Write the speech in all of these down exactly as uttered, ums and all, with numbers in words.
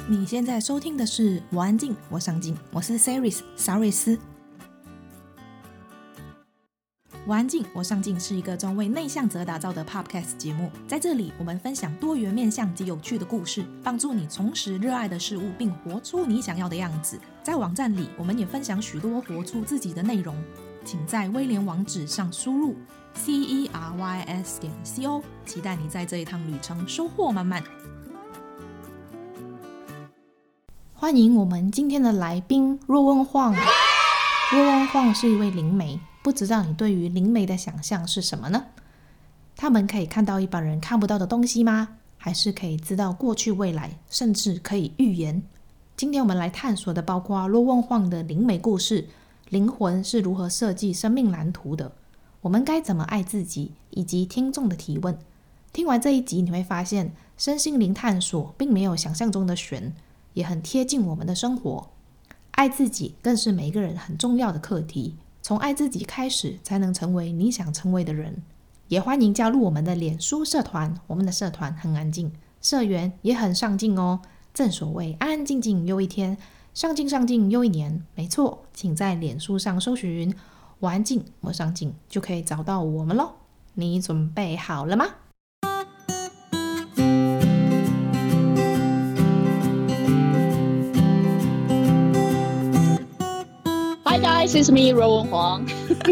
你现在收听的是我安静我上进，我是 Saris 沙瑞斯。我安静我上进是一个专为内向者打造的 podcast 节目，在这里我们分享多元面向及有趣的故事，帮助你重拾热爱的事物并活出你想要的样子。在网站里我们也分享许多活出自己的内容，请在威廉网址上输入 c e r y s 点 c o， 期待你在这一趟旅程收获满满。欢迎我们今天的来宾若温晃。若温晃是一位灵媒，不知道你对于灵媒的想象是什么呢？他们可以看到一般人看不到的东西吗？还是可以知道过去未来，甚至可以预言？今天我们来探索的包括若温晃的灵媒故事，灵魂是如何设计生命蓝图的，我们该怎么爱自己，以及听众的提问。听完这一集你会发现，身心灵探索并没有想象中的玄，也很贴近我们的生活。爱自己更是每个人很重要的课题，从爱自己开始，才能成为你想成为的人。也欢迎加入我们的脸书社团，我们的社团很安静，社员也很上进哦。正所谓安安静静又一天，上进上进又一年。没错，请在脸书上搜寻我安静我上进，就可以找到我们咯。你准备好了吗 ？Hi guys, it's me 若温晃。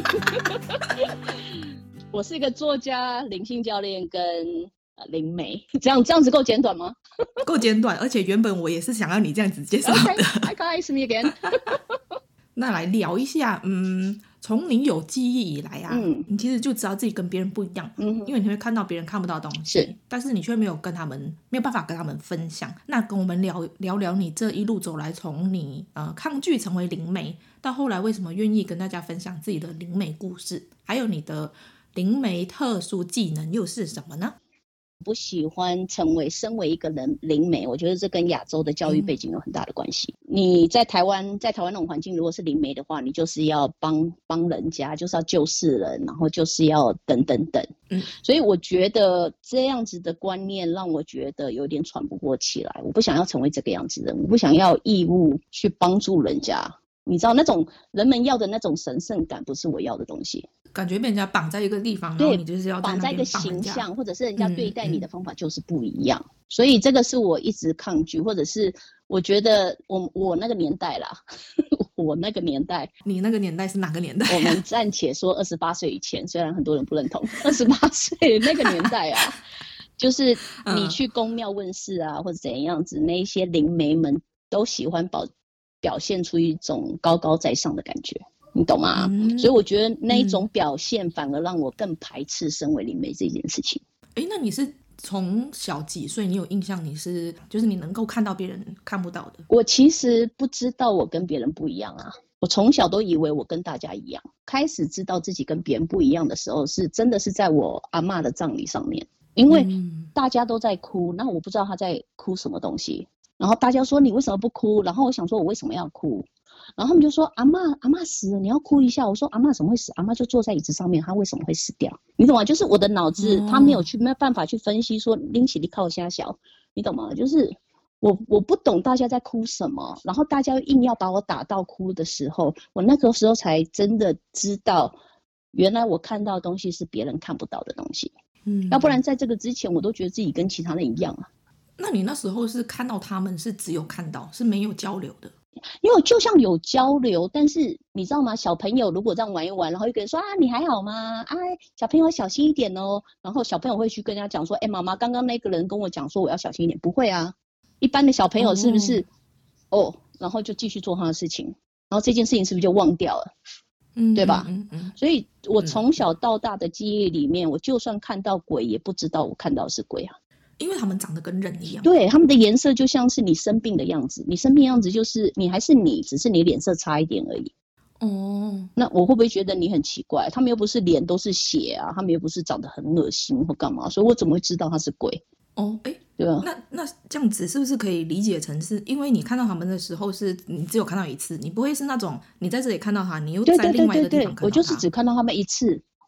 我是一个作家、灵性教练跟灵媒，这样这样子够简短吗？ 够简短，而且原本我也是想要你这样子介绍的。 Okay, hi guys, me again 。 那来聊一下，嗯，从你有记忆以来啊， 嗯， 你其实就知道自己跟别人不一样，嗯，因为你会看到别人看不到的东西， 是， 但是你却没有跟他们没有办法跟他们分享。那跟我们聊聊聊你这一路走来，从你呃抗拒成为灵媒，到后来为什么愿意跟大家分享自己的灵媒故事，还有你的灵媒特殊技能又是什么呢？ 不喜欢成为身为一个人灵媒，我觉得这跟亚洲的教育背景有很大的关系。嗯、你在台湾，在台湾那种环境，如果是灵媒的话，你就是要帮帮人家，就是要救世人，然后就是要等等等。嗯，所以我觉得这样子的观念让我觉得有点喘不过气来。我不想要成为这个样子的人，我不想要义务去帮助人家。你知道那种人们要的那种神圣感，不是我要的东西。 感觉被人家绑在一个地方，然后你就是要在那边绑绑在一个形象，或者是人家对待你的方法就是不一样。嗯嗯、所以这个是我一直抗拒，或者是我觉得我我那个年代啦，我那个年代， 你那个年代是哪个年代、啊？ 我们暂且说二十八岁以前，虽然很多人不认同，二十八岁那个年代啊。就是你去宫庙问事啊，嗯、或者怎样子，那一些灵媒们都喜欢表表现出一种高高在上的感觉。你懂吗、嗯、所以我觉得那一种表现反而让我更排斥身为灵媒这件事情。 诶，那你是从小几岁你有印象你是就是你能够看到别人看不到的？ 我其实不知道我跟别人不一样啊，我从小都以为我跟大家一样。开始知道自己跟别人不一样的时候，是真的是在我阿嬷的葬礼上面，因为大家都在哭，那我不知道他在哭什么东西，然后大家说你为什么不哭，然后我想说我为什么要哭，然后他们就说阿嬷阿嬷死了你要哭一下，我说阿嬷怎么会死，阿嬷就坐在椅子上面，她为什么会死掉？你懂吗？就是我的脑子他没有去没有办法去分析说拎起你靠瞎小，你懂吗？就是我我不懂大家在哭什么，然后大家硬要把我打到哭的时候，我那个时候才真的知道原来我看到的东西是别人看不到的东西。嗯，要不然在这个之前我都觉得自己跟其他人一样啊。 那你那时候是看到他们是只有看到是没有交流的？ 因为就像有交流，但是你知道吗？小朋友如果这样玩一玩，然后一个人说啊你还好吗？哎，小朋友小心一点哦。然后小朋友会去跟人家讲说，哎，妈妈刚刚那个人跟我讲说我要小心一点。不会啊，一般的小朋友是不是？哦，哦然后就继续做他的事情，然后这件事情是不是就忘掉了？嗯，对吧？嗯嗯。所以我从小到大的记忆里面，我就算看到鬼，也不知道我看到的是鬼啊。 因为他们长得跟人一样， 对，他们的颜色就像是你生病的样子，你生病的样子就是你还是你，只是你脸色差一点而已。哦，那我会不会觉得你很奇怪？他们又不是脸都是血啊，他们又不是长得很恶心或干嘛，所以我怎么会知道他是鬼？ 哦，哎， 对吧？ 那那这样子是不是可以理解成是因为你看到他们的时候是你只有看到一次，你不会是那种你在这里看到他，你又在另外一个地方看到他？ 对对对对对，我就是只看到他们一次。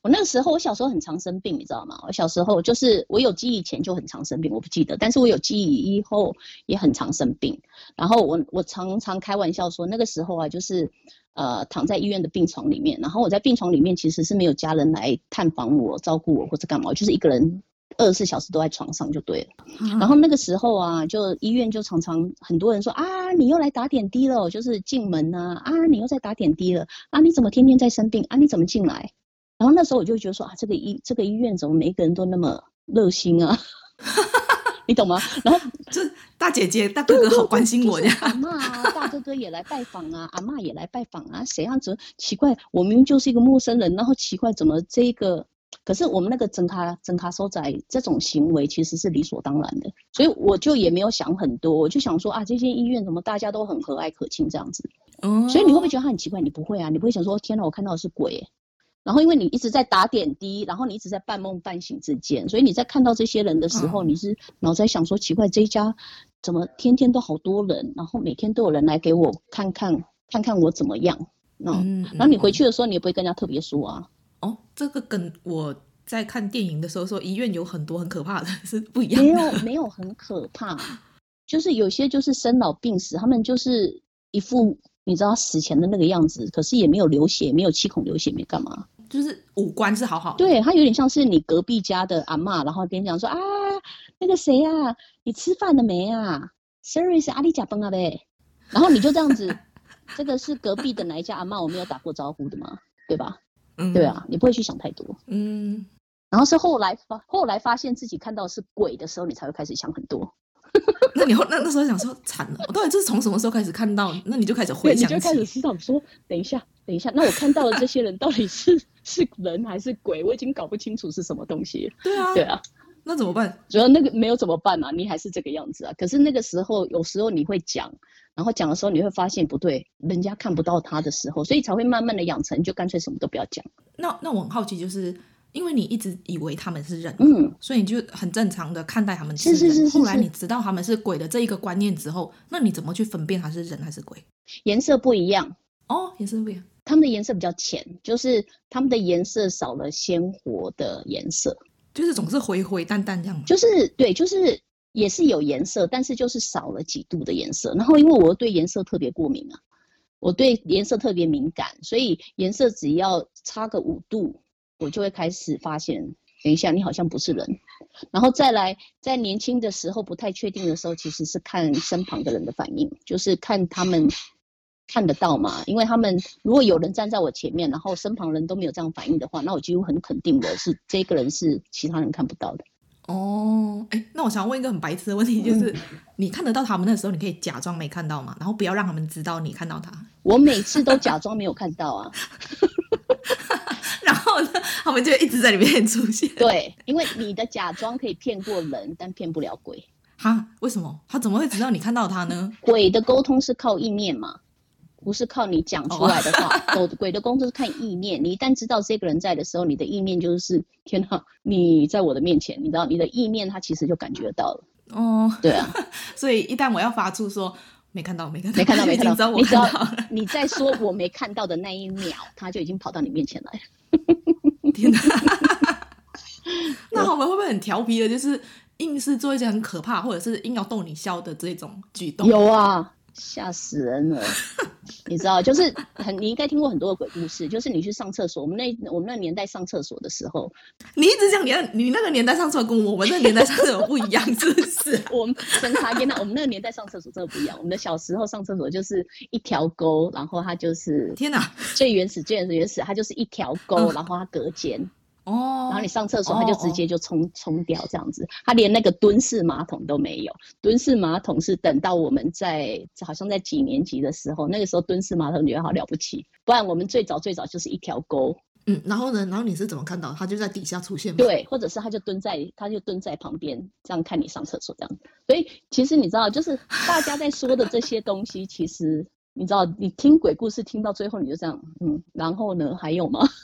我那个时候，我小时候很常生病，你知道吗？我小时候就是我有记忆前就很常生病，我不记得，但是我有记忆以后也很常生病。然后我我常常开玩笑说，那个时候啊，就是呃躺在医院的病床里面，然后我在病床里面其实是没有家人来探访我、照顾我或者干嘛，我就是一个人二十四小时都在床上就对了。嗯、然后那个时候啊，就医院就常常很多人说啊，你又来打点滴了，就是进门啊，啊你又在打点滴了，啊你怎么天天在生病啊？你怎么进来？然后那时候我就觉得说啊，这个医这个医院怎么每一个人都那么热心啊？你懂吗？然后就大姐姐、大哥哥好关心我这样。 阿嬷啊，大哥哥也来拜访啊，阿嬷也来拜访啊，谁样子奇怪？我明明就是一个陌生人，然后奇怪怎么这个？可是我们那个整卡整卡收仔这种行为其实是理所当然的，所以我就也没有想很多，我就想说啊，这间医院怎么大家都很和蔼可亲这样子？哦，所以你会不会觉得他很奇怪？你不会啊，你不会想说天哪，我看到的是鬼、欸。然后因为你一直在打点滴，然后你一直在半梦半醒之间，所以你在看到这些人的时候，嗯、你是脑袋想说奇怪，这一家怎么天天都好多人，然后每天都有人来给我看看看看我怎么样，嗯，然后你回去的时候，你也不会跟人家特别说啊。 哦，这个跟我在看电影的时候说医院有很多很可怕的是不一样的。 没有没有很可怕，就是有些就是生老病死，他们就是一副你知道死前的那个样子，可是也没有流血，没有七孔流血，没干嘛。 就是五官是好好的， 对，他有点像是你隔壁家的阿嬷，然后跟你讲说啊，那个谁啊，你吃饭了没啊 ？Sorry 是阿里甲崩啊呗，然后你就这样子，这个是隔壁的哪一家阿嬷，我没有打过招呼的嘛，对吧？嗯，对啊，你不会去想太多，嗯。然后是后来发后来发现自己看到的是鬼的时候，你才会开始想很多。 那你后那那时候想说惨了，我到底是从什么时候开始看到？那你就开始回想起， 你就开始思考说，等一下，等一下，那我看到的这些人到底是是人还是鬼？我已经搞不清楚是什么东西。 对啊， 对啊， 那怎么办？ 主要那个没有怎么办啊？你还是这个样子啊。可是那个时候，有时候你会讲，然后讲的时候你会发现不对，人家看不到他的时候，所以才会慢慢的养成，就干脆什么都不要讲。 那那我很好奇，就是因为你一直以为他们是人，嗯，所以你就很正常的看待他们是人。 是是是是是， 后来你知道他们是鬼的这一个观念之后，那你怎么去分辨他是人还是鬼？ 颜色不一样哦，颜色不一样。 他们的颜色比较浅，就是他们的颜色少了鲜活的颜色， 就是总是灰灰淡淡这样。 就是对，就是也是有颜色，但是就是少了几度的颜色。然后因为我对颜色特别过敏啊，我对颜色特别敏感，所以颜色只要差个五度。我就会开始发现，等一下你好像不是人，然后再来，在年轻的时候不太确定的时候，其实是看身旁的人的反应，就是看他们看得到嘛，因为他们如果有人站在我前面，然后身旁人都没有这样反应的话，那我几乎很肯定的是这个人是其他人看不到的。 哦，哎，那我想问一个很白痴的问题，就是、嗯、你看得到他们的时候，你可以假装没看到吗？然后不要让他们知道你看到他。 我每次都假装没有看到啊。 然后呢，他们就一直在里面出现。 对，因为你的假装可以骗过人，但骗不了鬼。 哈？为什么？他怎么会知道你看到他呢？ 鬼的沟通是靠意念嘛，不是靠你讲出来的话。哦、鬼的沟通是看意念，你一旦知道这个人在的时候，你的意念就是天哪，你在我的面前，你知道你的意念，他其实就感觉到了。哦，对啊。 所以一旦我要发出说没看到，没看到， 没看到，没看到， 我看到了， 你你在说我没看到的那一秒，他就已经跑到你面前来了。 天哪！那我们会不会很调皮的，就是硬是做一些很可怕，或者是硬要逗你笑的这种举动？ 有啊，吓死人了！你知道，就是很你应该听过很多的鬼故事，就是你去上厕所，我们那我们那年代上厕所的时候， 你一直讲你你那个年代上厕所跟我们那个年代上厕所不一样，是不是？ 我们跟他年代，我们那个年代上厕所真的不一样。我们的小时候上厕所就是一条沟，然后它就是天哪， 最原始最原始，它就是一条沟，嗯、然后它隔间。哦，然后你上厕所，它就直接就冲冲、哦、掉这样子，它连那个蹲式马桶都没有。蹲式马桶是等到我们在好像在几年级的时候，那个时候蹲式马桶觉得好了不起，不然我们最早最早就是一条沟。 嗯，然后呢？然后你是怎么看到他就在底下出现吗？ 对，或者是他就蹲在他就蹲在旁边，这样看你上厕所这样。所以其实你知道，就是大家在说的这些东西，其实你知道，你听鬼故事听到最后你就这样，嗯，然后呢？还有吗？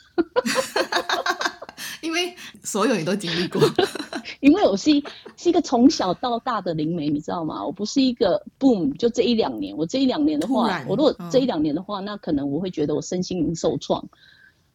因为所有你都经历过， 因为我是一是一个从小到大的灵媒，你知道吗？我不是一个 boom 就这一两年，我这一两年的话，我如果这一两年的话，嗯、那可能我会觉得我身心灵受创。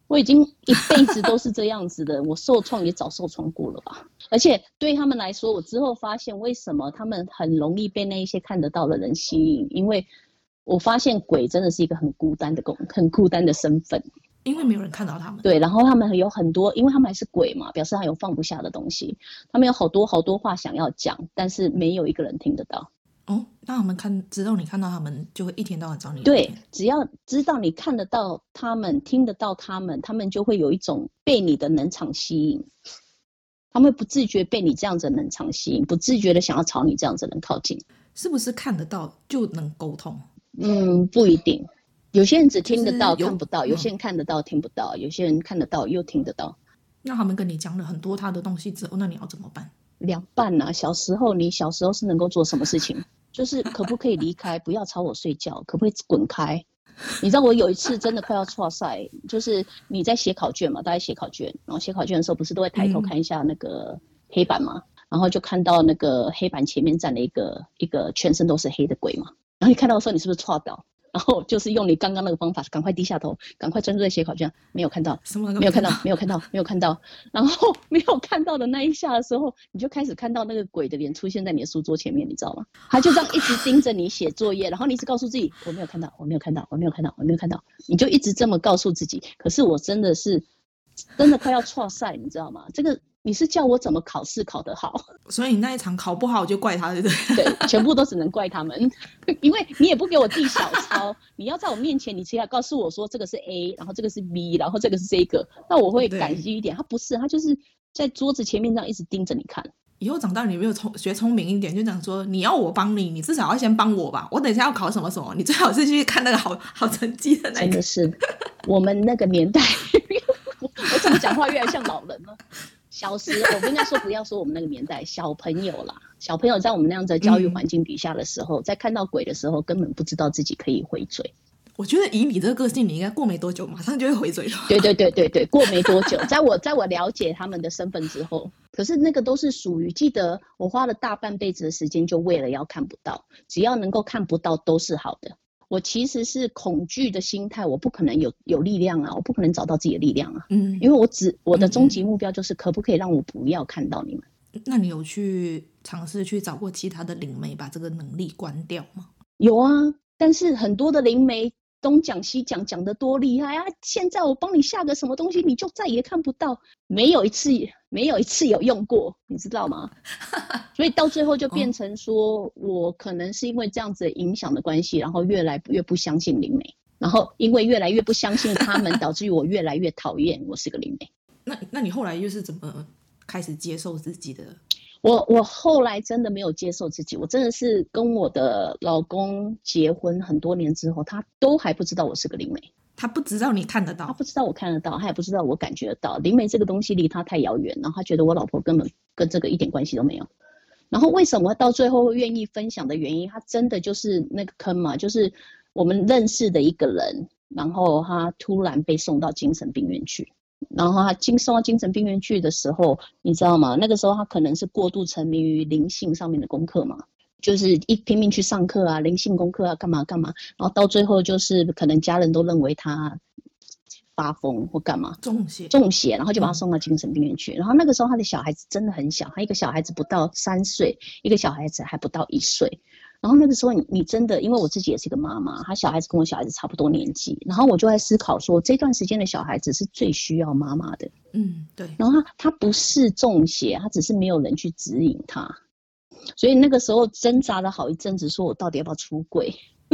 我已经一辈子都是这样子的，我受创也早受创过了吧。而且对他们来说，我之后发现为什么他们很容易被那一些看得到的人吸引，因为我发现鬼真的是一个很孤单的工，很孤单的身份。 因为没有人看到他们。 对，然后他们有很多，因为他们还是鬼嘛，表示他有放不下的东西，他们有好多好多话想要讲，但是没有一个人听得到。 哦，那他们看，知道你看到他们，就会一天到晚找你聊对， 天。 只要知道你看得到他们，听得到他们，他们就会有一种被你的能场吸引，他们会不自觉被你这样子的能场吸引，不自觉的想要朝你这样子的人靠近。 是不是看得到就能沟通？ 嗯，不一定，有些人只听得到、 就是有看不到，有些人看得到听不到，有些人看得到又听得到。 那他们跟你讲了很多他的东西之后，那你要怎么办？ 两半啊，小时候你小时候是能够做什么事情？就是可不可以离开，不要吵我睡觉，可不可以滚开？你知道我有一次真的快要剉赛，就是你在写考卷嘛，大家写考卷，然后写考卷的时候不是都会抬头看一下那个黑板嘛，嗯、然后就看到那个黑板前面站了一个一个全身都是黑的鬼嘛，然后你看到的时候你是不是剉到？然后就是用你刚刚那个方法，赶快低下头，赶快专注在写考卷，没有看到，没有看到，没有看到，没有看到。然后没有看到的那一下的时候，你就开始看到那个鬼的脸出现在你的书桌前面，你知道吗？他就这样一直盯着你写作业，然后你一直告诉自己我没有看到，我没有看到，我没有看到，我没有看到，你就一直这么告诉自己。可是我真的是真的快要剉赛，你知道吗？这个。你是叫我怎么考试考得好？ 所以你那一场考不好就怪他，对不对？ 对，全部都只能怪他们，因为你也不给我递小抄，你要在我面前，你只要告诉我说这个是 A， 然后这个是 B， 然后这个是这个，那我会感激一点。他不是，他就是在桌子前面这样一直盯着你看。 以后长大你没有学聪明一点，就讲说你要我帮你，你至少要先帮我吧。我等一下要考什么什么，你最好是去看那个好好成绩的那个。 真的是，我们那个年代，我怎么讲话越来越像老人了？小时我不应该说不要说我们那个年代，小朋友啦，小朋友在我们那样的教育环境底下的时候，嗯、在看到鬼的时候，根本不知道自己可以回嘴。 我觉得以你这个个性，你应该过没多久马上就会回嘴了。 对对对对对，过没多久，在我在我了解他们的身份之后，可是那个都是属于记得我花了大半辈子的时间，就为了要看不到，只要能够看不到都是好的。我其实是恐惧的心态，我不可能有有力量啊，我不可能找到自己的力量啊，嗯，因为我只我的终极目标就是可不可以让我不要看到你们。 嗯、那你有去尝试去找过其他的灵媒把这个能力关掉吗？ 有啊，但是很多的灵媒东讲西讲，讲得多厉害啊！现在我帮你下个什么东西，你就再也看不到，没有一次没有一次有用过，你知道吗？所以到最后就变成说，哦、我可能是因为这样子的影响的关系，然后越来越不相信灵媒，然后因为越来越不相信他们，导致于我越来越讨厌我是个灵媒。 那那你后来又是怎么开始接受自己的？ 我我后来真的没有接受自己，我真的是跟我的老公结婚很多年之后，他都还不知道我是个灵媒。 他不知道你看得到， 他不知道我看得到，他也不知道我感觉得到。灵媒这个东西离他太遥远，然后他觉得我老婆根本跟这个一点关系都没有。然后为什么到最后会愿意分享的原因，他真的就是那个坑嘛，就是我们认识的一个人，然后他突然被送到精神病院去。然后他经送到精神病院去的时候，你知道吗？那个时候他可能是过度沉迷于灵性上面的功课嘛，就是一拼命去上课啊，灵性功课啊，干嘛干嘛，然后到最后就是可能家人都认为他发疯或干嘛， 中邪， 中邪，然后就把他送到精神病院去。嗯、然后那个时候他的小孩子真的很小，他一个小孩子不到三岁，一个小孩子还不到一岁。然后那个时候你你真的，因为我自己也是一个妈妈，他小孩子跟我小孩子差不多年纪，然后我就在思考说，这段时间的小孩子是最需要妈妈的。 嗯，对。 然后他他不是中邪，他只是没有人去指引他，所以那个时候挣扎了好一阵子，说我到底要不要出柜？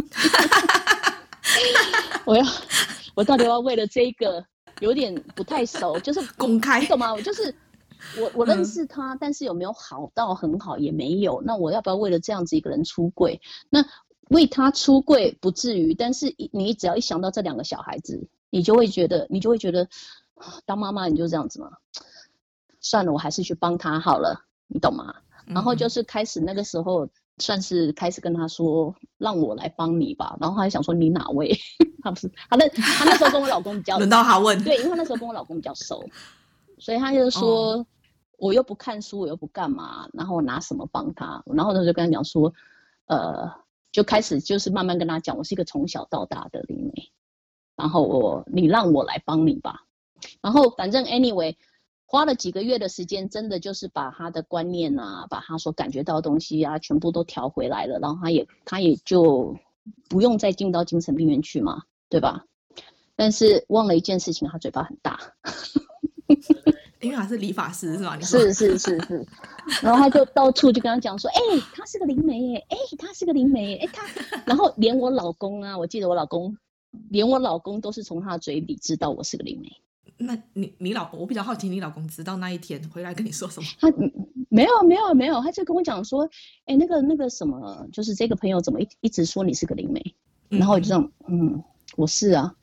我要我到底要不要为了这个有点不太熟，就是公开， 你懂吗？我就是。我我认识他、嗯，但是有没有好到很好也没有。那我要不要为了这样子一个人出柜？那为他出柜不至于，但是你只要一想到这两个小孩子，你就会觉得，你就会觉得，当妈妈你就这样子嘛。算了，我还是去帮他好了，你懂吗？嗯、然后就是开始那个时候，算是开始跟他说，让我来帮你吧。然后他还想说你哪位？他不是他那他那时候跟我老公比较轮到他问， 对，因为那时候跟我老公比较熟。所以他就说、哦，我又不看书，我又不干嘛，然后我拿什么帮他？然后他就跟他讲说，呃，就开始就是慢慢跟他讲，我是一个从小到大的灵媒，然后我你让我来帮你吧。 然后反正 anyway。花了几个月的时间，真的就是把他的观念啊，把他所感觉到的东西啊，全部都调回来了，然后他也他也就不用再进到精神病院去嘛，对吧？但是忘了一件事情，他嘴巴很大， 因为他是理发师是吧？你说是是是是，然后他就到处就跟他讲说，哎、欸，他是个灵媒耶，哎、欸，他是个灵媒耶，哎、欸，他，然后连我老公啊，我记得我老公，连我老公都是从他嘴里知道我是个灵媒。 那你你老我比较好奇，你老公知道那一天回来跟你说什么？ 他没有没有没有，他就跟我讲说，哎、欸，那个那个什么，就是这个朋友怎么一一直说你是个灵媒，嗯、然后我就这样，嗯，我是啊。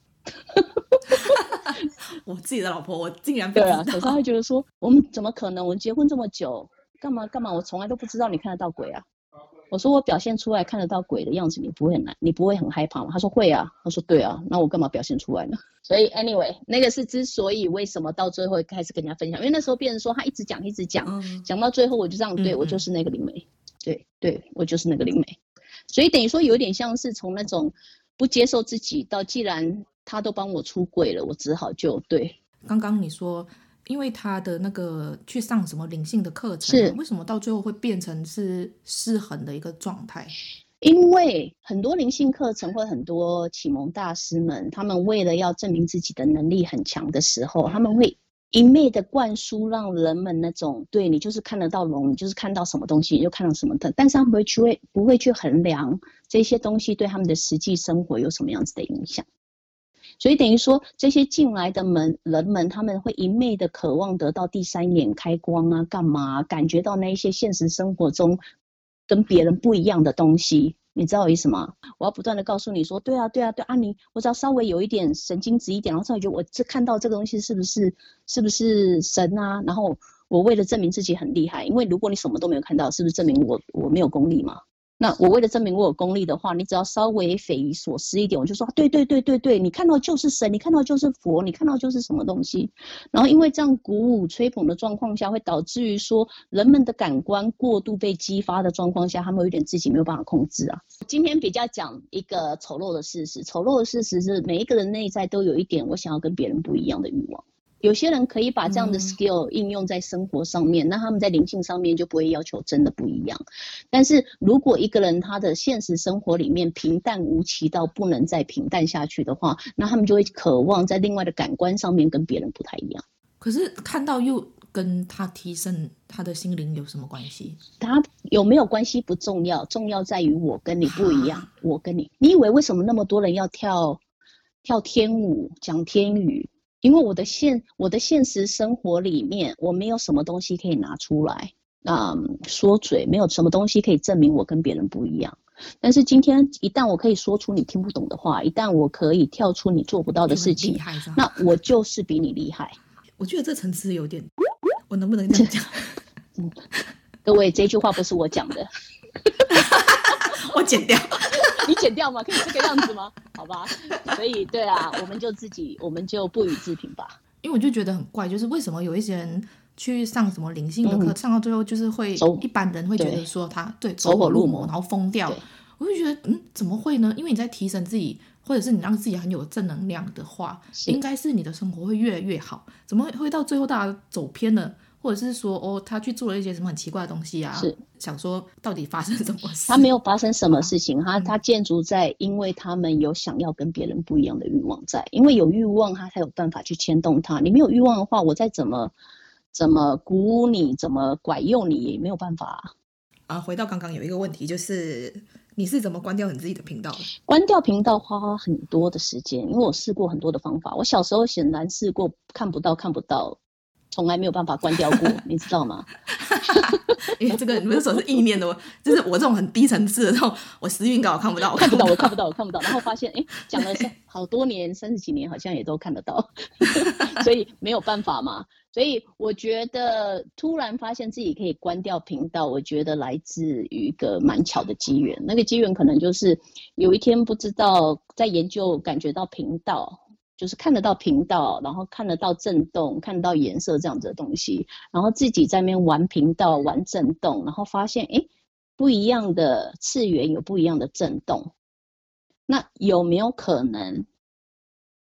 我自己的老婆，我竟然不知道。 对啊，可是他会觉得说，我们怎么可能？我们结婚这么久，干嘛干嘛？我从来都不知道你看得到鬼啊。我说我表现出来看得到鬼的样子，你不会很难，你不会很害怕吗？他说会啊，他说对啊，那我干嘛表现出来呢？所以 anyway， 那个是之所以为什么到最后开始跟人家分享，因为那时候别人说他一直讲一直讲，讲、嗯、到最后我就这样，对、嗯、我就是那个灵媒，对对，我就是那个灵媒，所以等于说有点像是从那种不接受自己到既然他都帮我出柜了，我只好就对。 刚刚你说。因为他的那个去上什么灵性的课程、啊，为什么到最后会变成是失衡的一个状态？ 因为很多灵性课程或很多启蒙大师们，他们为了要证明自己的能力很强的时候，他们会一昧的灌输让人们那种对你就是看得到龙，你就是看到什么东西你就看到什么的，但是他们不会去不会去衡量这些东西对他们的实际生活有什么样子的影响。所以等于说，这些进来的们人们，他们会一昧的渴望得到第三眼开光啊，干嘛、啊？感觉到那一些现实生活中跟别人不一样的东西，你知道我意思吗？我要不断的告诉你说，对啊，对啊，对啊，你我只要稍微有一点神经质一点，然后稍微觉得我这看到这个东西是不是是不是神啊？然后我为了证明自己很厉害，因为如果你什么都没有看到，是不是证明我我没有功力嘛？那我为了证明我有功力的话，你只要稍微匪夷所思一点，我就说对对对对对，你看到就是神，你看到就是佛，你看到就是什么东西。然后因为这样鼓舞吹捧的状况下，会导致于说人们的感官过度被激发的状况下，他们有点自己没有办法控制啊。今天比较讲一个丑陋的事实，丑陋的事实是每一个人内在都有一点我想要跟别人不一样的欲望。有些人可以把这样的 skill 应用在生活上面、嗯、那他们在灵性上面就不会要求真的不一样。但是如果一个人他的现实生活里面平淡无奇到不能再平淡下去的话，那他们就会渴望在另外的感官上面跟别人不太一样。 可是看到又跟他提升他的心灵有什么关系？ 他有没有关系不重要，重要在于我跟你不一样、啊、我跟你，你以为为什么那么多人要跳跳天舞讲天语？因为我的现我的现实生活里面，我没有什么东西可以拿出来，嗯，说嘴，没有什么东西可以证明我跟别人不一样。但是今天一旦我可以说出你听不懂的话，一旦我可以跳出你做不到的事情，那我就是比你厉害。 我觉得这层次有点，我能不能这样讲？ 嗯，各位，这句话不是我讲的， 我剪掉。 你剪掉吗？可以这个样子吗？好吧，所以对啊，我们就自己，我们就不予置评吧。 因为我就觉得很怪，就是为什么有一些人去上什么灵性的课、嗯，上到最后就是会一般人会觉得说他对走火入魔，然后疯掉。我就觉得嗯，怎么会呢？因为你在提升自己，或者是你让自己很有正能量的话，应该是你的生活会越来越好。怎么会到最后大家走偏了？或者是说哦，他去做了一些什么很奇怪的东西啊？是想说到底发生什么事？ 他没有发生什么事情，他他建筑在，因为他们有想要跟别人不一样的欲望在，因为有欲望，他才有办法去牵动他。你没有欲望的话，我再怎么怎么鼓舞你，怎么拐诱你，也没有办法啊。啊，回到刚刚有一个问题，就是你是怎么关掉你自己的频道的？ 关掉频道花很多的时间，因为我试过很多的方法。我小时候显然试过看不到看不到。从来没有办法关掉过，你知道吗？ 因为这个你们说是意念的，就是我这种很低层次的，这种我时运稿我看不到， 我看不到，我看不到，我看不到。然后发现，哎，讲了好多年，三十几年，好像也都看得到，所以没有办法嘛。所以我觉得，突然发现自己可以关掉频道，我觉得来自于一个蛮巧的机缘。那个机缘可能就是有一天不知道在研究，感觉到频道。就是看得到频道，然后看得到震动，看得到颜色这样子的东西，然后自己在那边玩频道、玩震动，然后发现哎，不一样的次元有不一样的震动。那有没有可能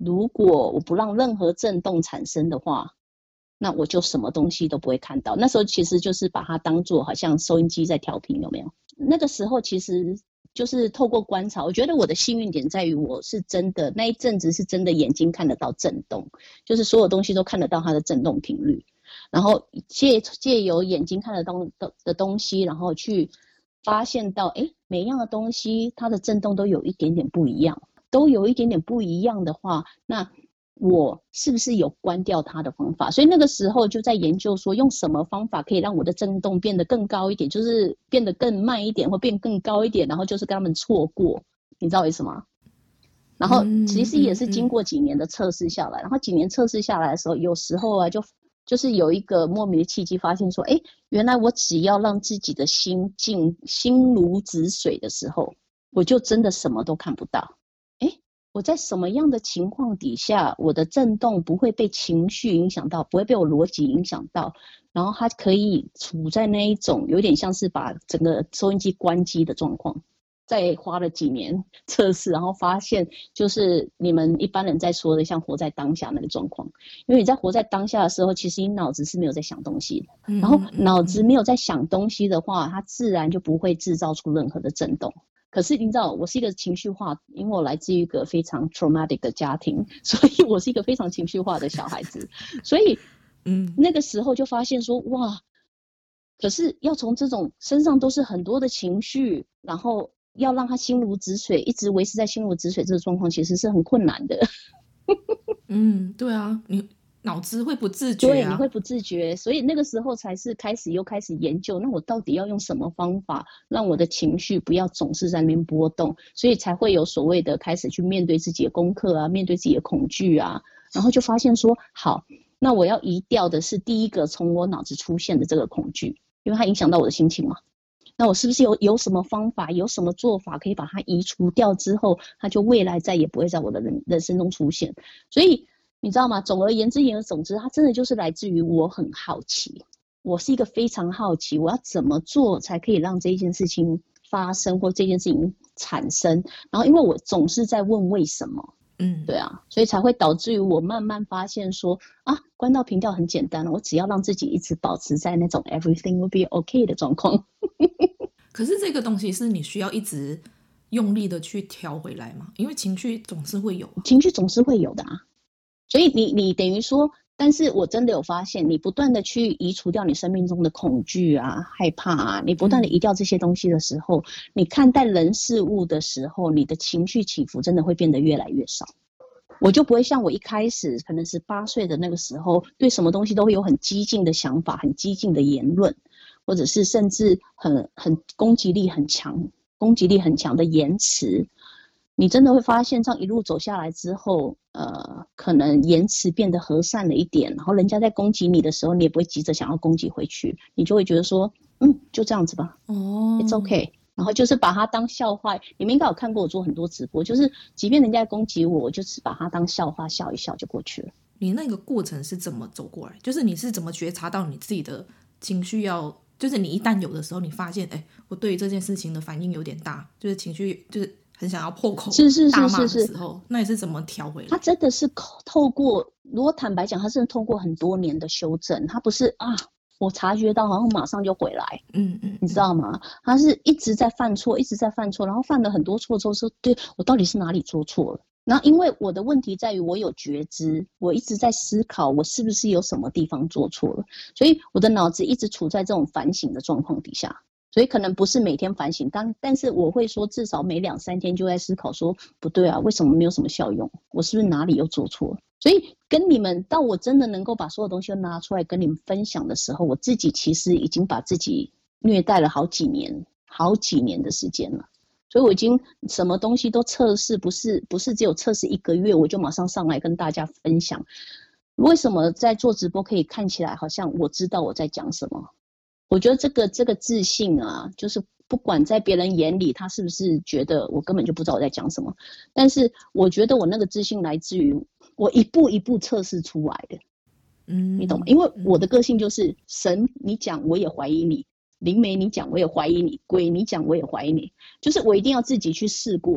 如果我不让任何震动产生的话，那我就什么东西都不会看到。那时候其实就是把它当作好像收音机在调频，有没有？那个时候其实就是透过观察，我觉得我的幸运点在于我是真的那一阵子是真的眼睛看得到震动，就是所有东西都看得到它的震动频率，然后借借由眼睛看得到 的, 的东西，然后去发现到，哎，每一样的东西它的震动都有一点点不一样，都有一点点不一样的话，那我是不是有关掉它的方法？所以那个时候就在研究说，用什么方法可以让我的震动变得更高一点，就是变得更慢一点，或变更高一点，然后就是跟他们错过，你知道为什么？然后其实也是经过几年的测试下来，然后几年测试下来的时候，有时候啊就就是有一个莫名的契机，发现说，哎，原来我只要让自己的心静心如止水的时候，我就真的什么都看不到。我在什么样的情况底下，我的震动不会被情绪影响到，不会被我逻辑影响到，然后它可以处在那一种有点像是把整个收音机关机的状况。再花了几年测试，然后发现就是你们一般人在说的像活在当下那个状况。因为你在活在当下的时候，其实你脑子是没有在想东西的，然后脑子没有在想东西的话，它自然就不会制造出任何的震动。可是你知道我是一个情绪化，因为我来自于一个非常 traumatic 的家庭，所以我是一个非常情绪化的小孩子，所以嗯，那个时候就发现说，哇，可是要从这种身上都是很多的情绪，然后要让他心如止水，一直维持在心如止水这个状况，其实是很困难的。 嗯，对啊，你脑子会不自觉啊， 对，你会不自觉，所以那个时候才是开始又开始研究，那我到底要用什么方法让我的情绪不要总是在那边波动，所以才会有所谓的开始去面对自己的功课啊，面对自己的恐惧啊，然后就发现说，好，那我要移掉的是第一个从我脑子出现的这个恐惧，因为它影响到我的心情嘛。那我是不是有有什么方法，有什么做法可以把它移除掉之后，它就未来再也不会在我的人人生中出现？所以你知道吗？总而言之，言而总之，它真的就是来自于我很好奇，我是一个非常好奇，我要怎么做才可以让这件事情发生或这件事情产生？然后，因为我总是在问为什么，嗯，对啊，所以才会导致于我慢慢发现说啊，关到频道很简单，我只要让自己一直保持在那种 everything will be okay 的状况。 可是这个东西是你需要一直用力的去调回来吗？因为情绪总是会有、啊， 情绪总是会有的啊。所以你你等于说，但是我真的有发现，你不断的去移除掉你生命中的恐惧啊、害怕啊，你不断的移掉这些东西的时候，嗯、你看待人事物的时候，你的情绪起伏真的会变得越来越少。我就不会像我一开始可能是八岁的那个时候，对什么东西都会有很激进的想法、很激进的言论，或者是甚至很很攻击力很强、攻击力很强的言辞。你真的会发现，这样一路走下来之后，呃，可能言辞变得和善了一点，然后人家在攻击你的时候，你也不会急着想要攻击回去，你就会觉得说，嗯，就这样子吧，哦 ，It's okay， 然后就是把它当笑话。你们应该有看过我做很多直播，就是即便人家攻击我，我就是把它当笑话笑一笑就过去了。 你那个过程是怎么走过来？就是你是怎么觉察到你自己的情绪要，就是你一旦有的时候，你发现，哎，我对于这件事情的反应有点大，就是情绪就是很想要破口大骂的时候，那你是怎么调回来？ 他真的是透过，如果坦白讲，他是透过很多年的修正，他不是啊，我察觉到好像马上就回来，嗯嗯，你知道吗？他是一直在犯错，一直在犯错，然后犯了很多错之后说，对，我到底是哪里做错了？然后因为我的问题在于我有觉知，我一直在思考我是不是有什么地方做错了，所以我的脑子一直处在这种反省的状况底下。所以可能不是每天反省，但但是我会说至少每两三天就在思考说，不对啊，为什么没有什么效用？我是不是哪里又做错了？所以跟你们到我真的能够把所有东西都拿出来跟你们分享的时候，我自己其实已经把自己虐待了好几年，好几年的时间了。所以我已经什么东西都测试，不是不是只有测试一个月我就马上上来跟大家分享。为什么在做直播可以看起来好像我知道我在讲什么？我觉得这个这个自信啊，就是不管在别人眼里他是不是觉得我根本就不知道我在讲什么，但是我觉得我那个自信来自于我一步一步测试出来的，嗯，你懂吗？因为我的个性就是神你讲我也怀疑你，灵媒你讲我也怀疑你，鬼你讲我也怀疑你，就是我一定要自己去试过，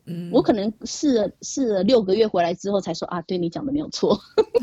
嗯，我可能试了试了六个月回来之后才说啊，对你讲的没有错。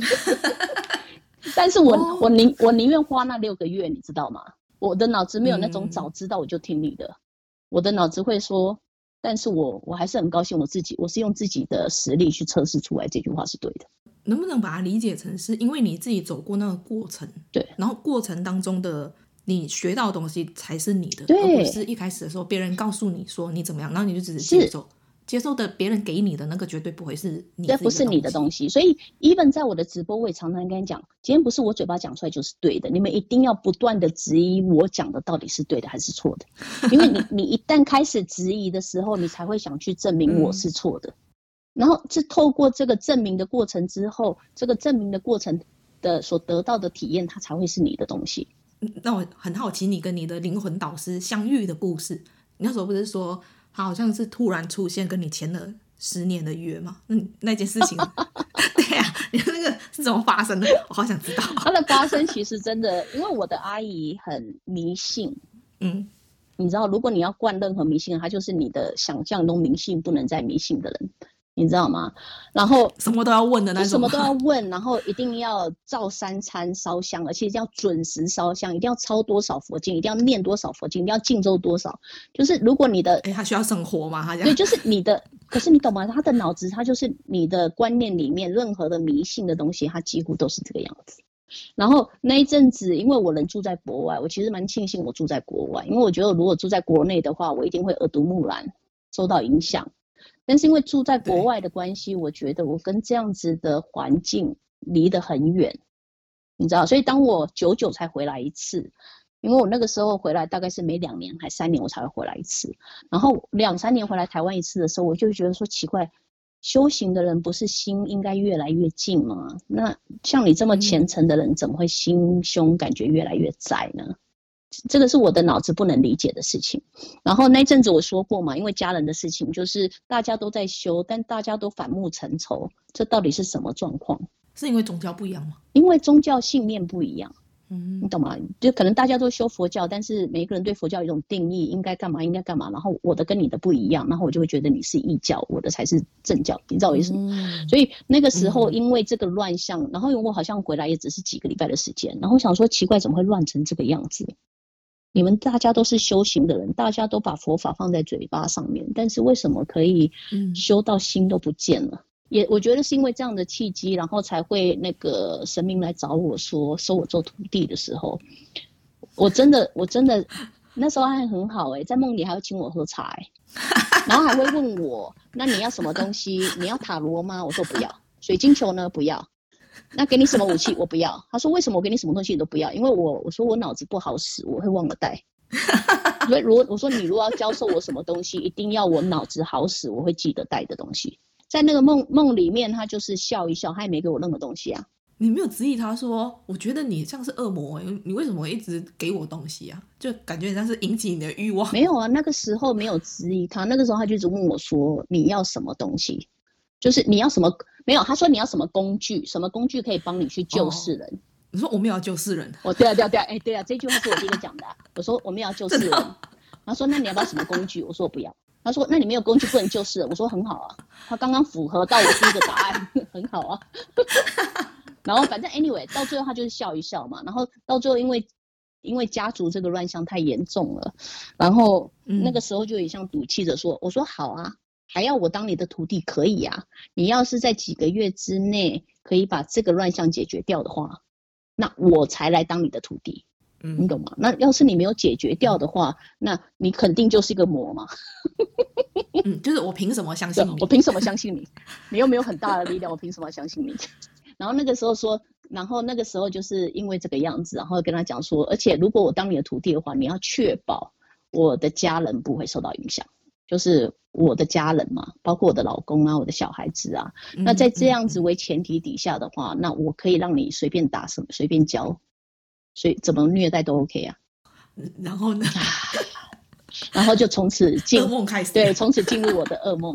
但是我、哦、我宁我宁愿花那六个月，你知道吗？我的脑子没有那种早知道我就听你的，嗯、我的脑子会说，但是我我还是很高兴我自己，我是用自己的实力去测试出来这句话是对的。 能不能把它理解成是因为你自己走过那个过程， 对， 然后过程当中的你学到的东西才是你的， 对， 而不是一开始的时候别人告诉你说你怎么样，然后你就只是接受。接受的别人给你的那个绝对不会是你自己的东西，这不是你的东西。所以 even 在我的直播我也常常跟你讲，今天不是我嘴巴讲出来就是对的，你们一定要不断的质疑我讲的到底是对的还是错的，因为你你一旦开始质疑的时候，你才会想去证明我是错的、嗯、然后是透过这个证明的过程之后，这个证明的过程的所得到的体验，它才会是你的东西。 那我很好奇你跟你的灵魂导师相遇的故事，你那时候不是说他好像是突然出现跟你签了十年的约吗？嗯，那件事情对啊，你那个是怎么发生的？我好想知道。 它的发生其实真的，因为我的阿姨很迷信，嗯，你知道，如果你要灌任何迷信，它就是你的想象中迷信不能再迷信的人，你知道吗？然后什么都要问的那种， 什么都要问，然后一定要照三餐烧香，而且一定要准时烧香，一定要抄多少佛经，一定要念多少佛经，一定要静咒多少。就是如果你的， 哎，他需要生活吗？他这样对，就是你的。可是你懂吗？他的脑子，他就是你的观念里面任何的迷信的东西，他几乎都是这个样子。然后那一阵子，因为我人住在国外，我其实蛮庆幸我住在国外，因为我觉得如果住在国内的话，我一定会耳濡目染，受到影响。但是因为住在国外的关系，我觉得我跟这样子的环境离得很远，你知道，所以当我久久才回来一次，因为我那个时候回来大概是每两年还三年我才会回来一次，然后两三年回来台湾一次的时候，我就觉得说奇怪，修行的人不是心应该越来越近吗？那像你这么虔诚的人，怎么会心胸感觉越来越窄呢？这个是我的脑子不能理解的事情。然后那阵子我说过嘛，因为家人的事情，就是大家都在修，但大家都反目成仇，这到底是什么状况？ 是因为宗教不一样吗？ 因为宗教信念不一样。嗯，你懂吗？就可能大家都修佛教，但是每个人对佛教有一种定义，应该干嘛应该干嘛，然后我的跟你的不一样，然后我就会觉得你是异教，我的才是正教，你知道我意思吗？嗯、所以那个时候因为这个乱象，然后我好像回来也只是几个礼拜的时间，然后我想说奇怪，怎么会乱成这个样子？你们大家都是修行的人，大家都把佛法放在嘴巴上面，但是为什么可以修到心都不见了？嗯、也我觉得是因为这样的契机，然后才会那个神明来找我说收我做徒弟的时候，我真的我真的那时候还很好哎、欸，在梦里还会请我喝茶哎、欸，然后还会问我那你要什么东西？你要塔罗吗？我说不要。水晶球呢？不要。那给你什么武器？我不要。他说为什么我给你什么东西你都不要？因为我我说我脑子不好使，我会忘了带。所以如果我说你如果要教授我什么东西，一定要我脑子好使，我会记得带的东西。在那个梦梦里面，他就是笑一笑，他也没给我任何东西啊。 你没有质疑他说，我觉得你像是恶魔、欸，你为什么一直给我东西啊？就感觉像是引起你的欲望。 没有啊，那个时候没有质疑他，那个时候他就一直问我说你要什么东西，就是你要什么。没有，他说你要什么工具，什么工具可以帮你去救世人？哦、 你说我们也要救世人？ 哦，对啊，对啊，对啊，哎，对啊，这句话是我第一个讲的、啊。我说我们也要救世人，他说那你要不要什么工具？我说我不要。他说那你没有工具不能救世人？我说很好啊，他刚刚符合到我第一个答案，很好啊。然后反正 anyway 到最后他就是笑一笑嘛，然后到最后因为因为家族这个乱象太严重了，然后那个时候就也像赌气着说，我说好啊。还要我当你的徒弟可以啊，你要是在几个月之内可以把这个乱象解决掉的话，那我才来当你的徒弟，嗯、你懂吗？那要是你没有解决掉的话，那你肯定就是一个魔嘛。 嗯，就是我凭什么相信你？ 我凭什么相信你？你又没有很大的力量，我凭什么相信你？然后那个时候说，然后那个时候就是因为这个样子，然后跟他讲说，而且如果我当你的徒弟的话，你要确保我的家人不会受到影响。就是我的家人嘛，包括我的老公啊，我的小孩子啊，嗯、那在这样子为前提底下的话，嗯、那我可以让你随便打什么，随便教，所以怎么虐待都 OK 啊。 然后呢？ 然后就从此进噩梦开始， 对，从此进入我的噩梦。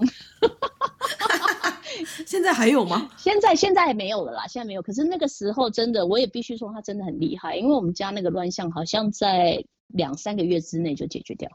现在还有吗？ 现在现在没有了啦，现在没有。可是那个时候真的，我也必须说他真的很厉害，因为我们家那个乱象好像在两三个月之内就解决掉。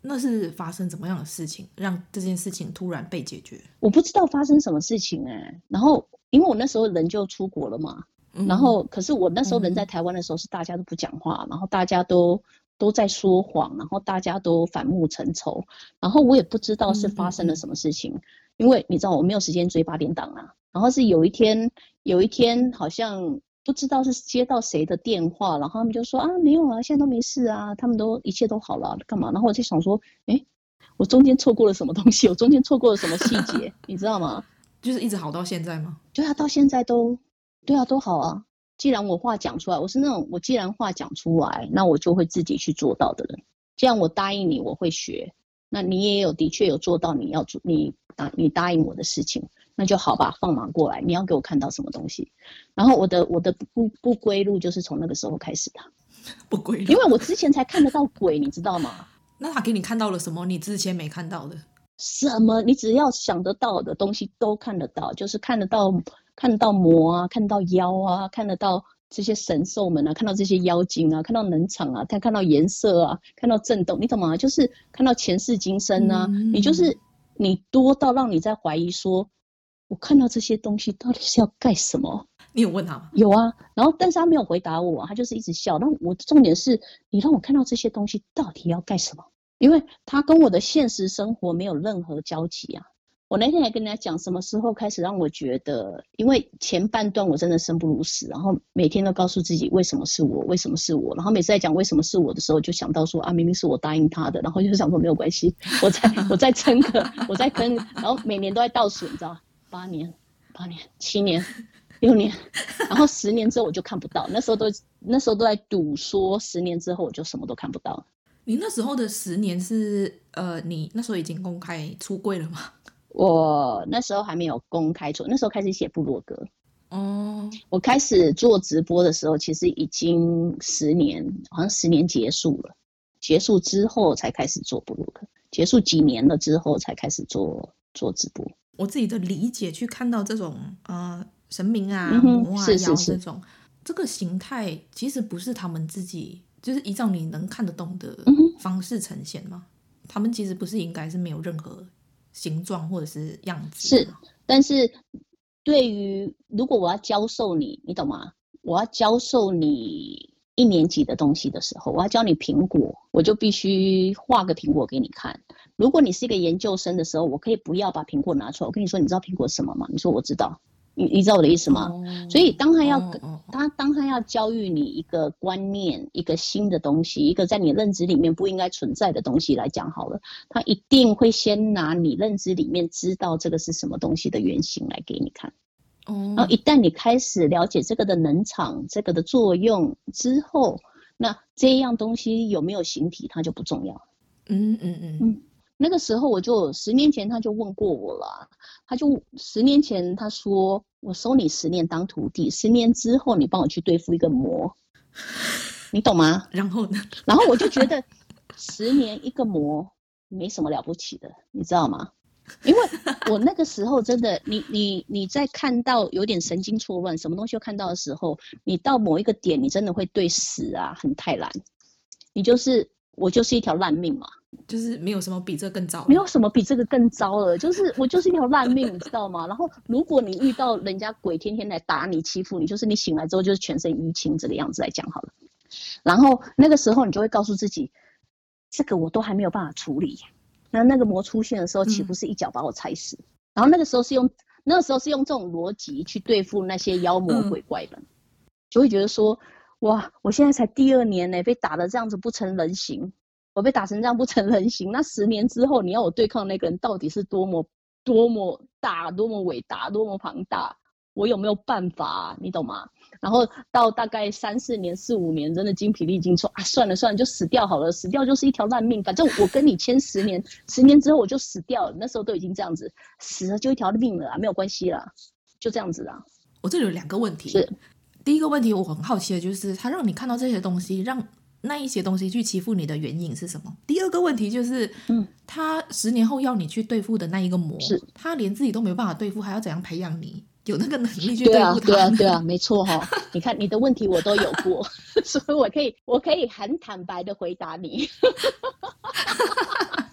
那是发生怎么样的事情让这件事情突然被解决？ 我不知道发生什么事情哎、欸，然后因为我那时候人就出国了嘛，嗯、然后可是我那时候人在台湾的时候是大家都不讲话，嗯、然后大家都都在说谎，然后大家都反目成仇，然后我也不知道是发生了什么事情，嗯嗯嗯，因为你知道我没有时间追八点档啊，然后是有一天有一天好像不知道是接到谁的电话，然后他们就说啊没有啊，现在都没事啊，他们都一切都好了，干嘛？然后我就想说，哎，我中间错过了什么东西？我中间错过了什么细节？你知道吗？ 就是一直好到现在吗？ 对啊，到现在都，对啊，都好啊。既然我话讲出来，我是那种我既然话讲出来，那我就会自己去做到的人。既然我答应你，我会学，那你也有的确有做到你要做你答你答应我的事情，那就好吧，放马过来。你要给我看到什么东西？然后我的我的不不归路就是从那个时候开始的。 不归路， 因为我之前才看得到鬼，你知道吗？ 那他给你看到了什么？你之前没看到的？ 什么？你只要想得到的东西都看得到，就是看得到，看得到魔啊，看得到妖啊，看得到这些神兽们啊，看到这些妖精啊，看到能场啊，看看到颜色啊，看到震动，你懂吗？就是看到前世今生啊，嗯、你就是你多到让你在怀疑说，我看到这些东西到底是要干什么？ 你有问他吗？ 有啊，然后但是他没有回答我，他就是一直笑。那我重点是，你让我看到这些东西到底要干什么？因为他跟我的现实生活没有任何交集啊。我那天还跟人家讲，什么时候开始让我觉得，因为前半段我真的生不如死，然后每天都告诉自己为什么是我，为什么是我，然后每次在讲为什么是我的时候，就想到说啊，明明是我答应他的，然后就想说没有关系，我再我再撑个，我再跟，然后每年都在倒数，你知道，八年、八年、七年、六年，然后十年之后我就看不到，那时候都那时候都在赌说十年之后我就什么都看不到了。 你那时候的十年是呃，你那时候已经公开出柜了吗？ 我那时候还没有公开出，那时候开始写部落格。 哦， 我开始做直播的时候，其实已经十年，好像十年结束了。结束之后才开始做部落格，结束几年了之后才开始做做直播。 我自己的理解，去看到这种呃神明啊、嗯、魔啊、妖这种这个形态，其实不是他们自己。就是依照你能看得懂的方式呈现吗？嗯、他们其实不是应该是没有任何形状或者是样子。 是，但是对于如果我要教授你，你懂吗？我要教授你一年级的东西的时候，我要教你苹果，我就必须画个苹果给你看。如果你是一个研究生的时候，我可以不要把苹果拿出来，我跟你说，你知道苹果是什么吗？你说我知道。你你知道我的意思吗？ oh, 所以当他要、oh, oh. 他当他要教育你一个观念，一个新的东西，一个在你认知里面不应该存在的东西来讲好了，他一定会先拿你认知里面知道这个是什么东西的原型来给你看。Oh. 然后一旦你开始了解这个的能场，这个的作用之后，那这样东西有没有形体，它就不重要。 嗯嗯嗯嗯。 那个时候我就十年前他就问过我了，他就十年前他说我收你十年当徒弟，十年之后你帮我去对付一个魔，你懂吗？ 然后呢？ 然后我就觉得十年一个魔没什么了不起的，你知道吗？因为我那个时候真的，你你你在看到有点神经错乱，什么东西都看到的时候，你到某一个点，你真的会对死啊很泰然，你就是我就是一条烂命嘛。 就是没有什么比这更糟了， 没有什么比这个更糟了，就是我就是一条烂命，你知道吗？然后如果你遇到人家鬼天天来打你欺负你，就是你醒来之后就是全身淤青这个样子来讲好了。然后那个时候你就会告诉自己，这个我都还没有办法处理，那那个魔出现的时候岂不是一脚把我踩死？嗯、然后那个时候是用那个时候是用这种逻辑去对付那些妖魔鬼怪们，嗯、就会觉得说，哇，我现在才第二年呢，被打得这样子不成人形。我被打成这样不成人形，那十年之后你要我对抗那个人到底是多么多么大、多么伟大、多么庞大，我有没有办法、啊？你懂吗？然后到大概三四年、四五年，真的精疲力尽，说啊，算了算了，就死掉好了，死掉就是一条烂命，反正我跟你签十年，十年之后我就死掉了。那时候都已经这样子，死了就一条命了、啊，没有关系啦，就这样子啦。 我这里有两个问题， 是第一个问题，我很好奇的就是，他让你看到这些东西，让那一些东西去欺负你的原因是什么？第二个问题就是，嗯，他十年后要你去对付的那一个魔，是他连自己都没有办法对付，还要怎样培养你有那个能力去对付他？ 对啊，对啊，对啊，没错哈、哦。你看你的问题我都有过，所以我可以，我可以很坦白的回答你。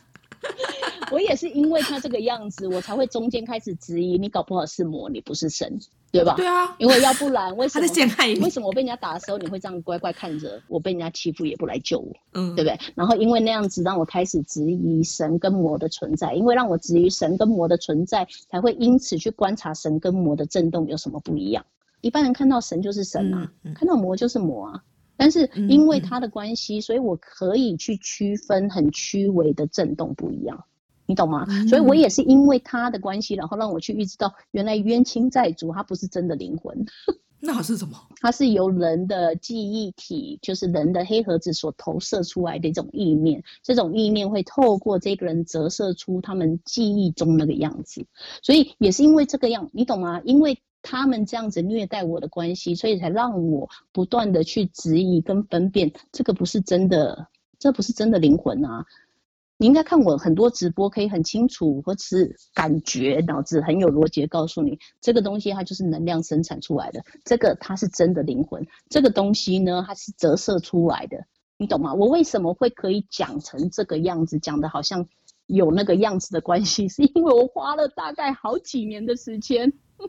我也是因为他这个样子，我才会中间开始质疑，你搞不好是魔，你不是神，对吧？ 对啊， 因为要不然为什么他在陷害你？ 为什么我被人家打的时候，你会这样乖乖看着我被人家欺负也不来救我？ 嗯， 对不对？然后因为那样子让我开始质疑神跟魔的存在，因为让我质疑神跟魔的存在，才会因此去观察神跟魔的震动有什么不一样。一般人看到神就是神啊，嗯嗯、看到魔就是魔啊。但是因为他的关系，所以我可以去区分很区微的震动不一样，你懂吗？嗯、所以我也是因为他的关系，然后让我去意识到，原来冤亲债主他不是真的灵魂。 那是什么？ 它是由人的记忆体，就是人的黑盒子所投射出来的一种意念，这种意念会透过这个人折射出他们记忆中那个样子。所以也是因为这个样，你懂吗？因为他们这样子虐待我的关系，所以才让我不断的去质疑跟分辨，这个不是真的，这不是真的灵魂啊。你应该看我很多直播，可以很清楚或是感觉脑子很有逻辑的告诉你，这个东西它就是能量生产出来的，这个它是真的灵魂，这个东西呢它是折射出来的，你懂吗？我为什么会可以讲成这个样子，讲的好像有那个样子的关系，是因为我花了大概好几年的时间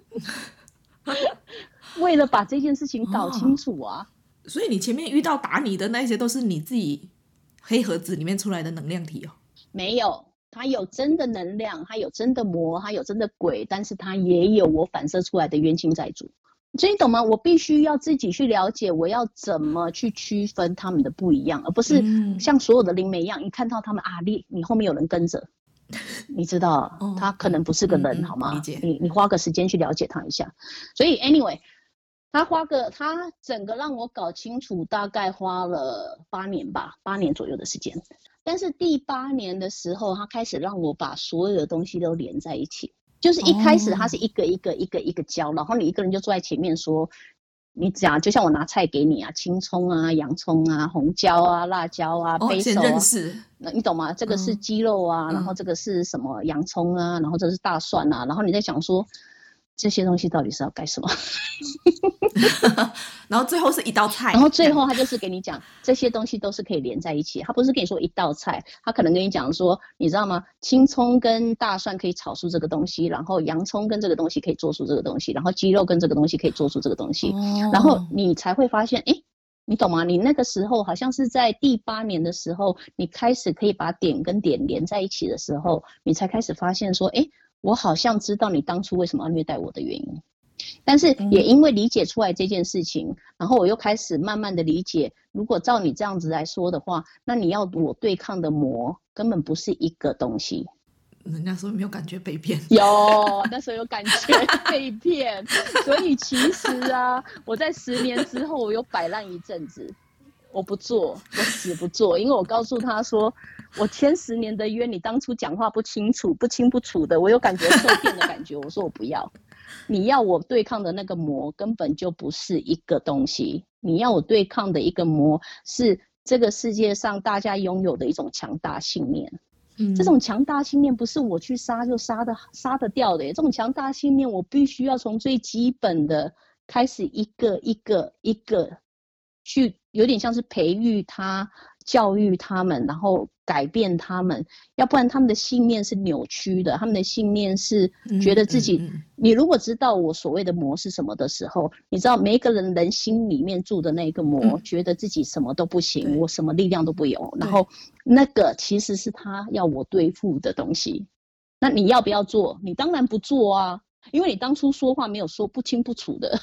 为了把这件事情搞清楚啊、 哦、所以你前面遇到打你的那些都是你自己黑盒子里面出来的能量体哦？ 没有，它有真的能量，它有真的魔，它有真的鬼，但是它也有我反射出来的冤亲债主。所以你懂吗？我必须要自己去了解，我要怎么去区分他们的不一样，而不是像所有的灵媒一样，一看到他们啊，你你后面有人跟着，你知道，他可能不是个人，哦、好吗？ 理解。 你你花个时间去了解他一下。所以 anyway。他花个他整个让我搞清楚，大概花了八年吧，八年左右的时间。但是第八年的时候，他开始让我把所有的东西都连在一起。就是一开始他是一个一个一个一个教，然后你一个人就坐在前面说，你讲就像我拿菜给你啊，青葱啊、洋葱啊、红椒啊、辣椒啊、 哦、 贝手啊， 先认识， 你懂吗？这个是鸡肉啊，嗯、然后这个是什么洋葱啊，然后这是大蒜啊，然后你在想说。这些东西到底是要干什么？ 然后最后是一道菜， 然后最后他就是给你讲这些东西都是可以连在一起，他不是跟你说一道菜，他可能跟你讲说，你知道吗？青葱跟大蒜可以炒出这个东西，然后洋葱跟这个东西可以做出这个东西，然后鸡肉跟这个东西可以做出这个东西，哦、然后你才会发现，哎，你懂吗？你那个时候好像是在第八年的时候，你开始可以把点跟点连在一起的时候，你才开始发现说，哎。我好像知道你当初为什么要虐待我的原因，但是也因为理解出来这件事情，嗯、然后我又开始慢慢的理解，如果照你这样子来说的话，那你要我对抗的魔根本不是一个东西。 人家说没有感觉被骗， 有，那时候有感觉被骗，所以其实啊，我在十年之后我有摆烂一阵子。我不做，我死不做，因为我告诉他说，我签十年的约，你当初讲话不清楚、不清不楚的，我有感觉受骗的感觉。我说我不要，你要我对抗的那个魔根本就不是一个东西，你要我对抗的一个魔是这个世界上大家拥有的一种强大信念。嗯、这种强大信念不是我去杀就杀的杀得掉的耶，这种强大信念我必须要从最基本的开始一个一个一个去。有点像是培育他、教育他们，然后改变他们，要不然他们的信念是扭曲的，他们的信念是觉得自己。嗯嗯嗯、你如果知道我所谓的魔是什么的时候，你知道每一个人人心里面住的那个魔，嗯、觉得自己什么都不行，我什么力量都不有，然后那个其实是他要我对付的东西。那你要不要做？你当然不做啊。因为你当初说话没有说不清不楚的，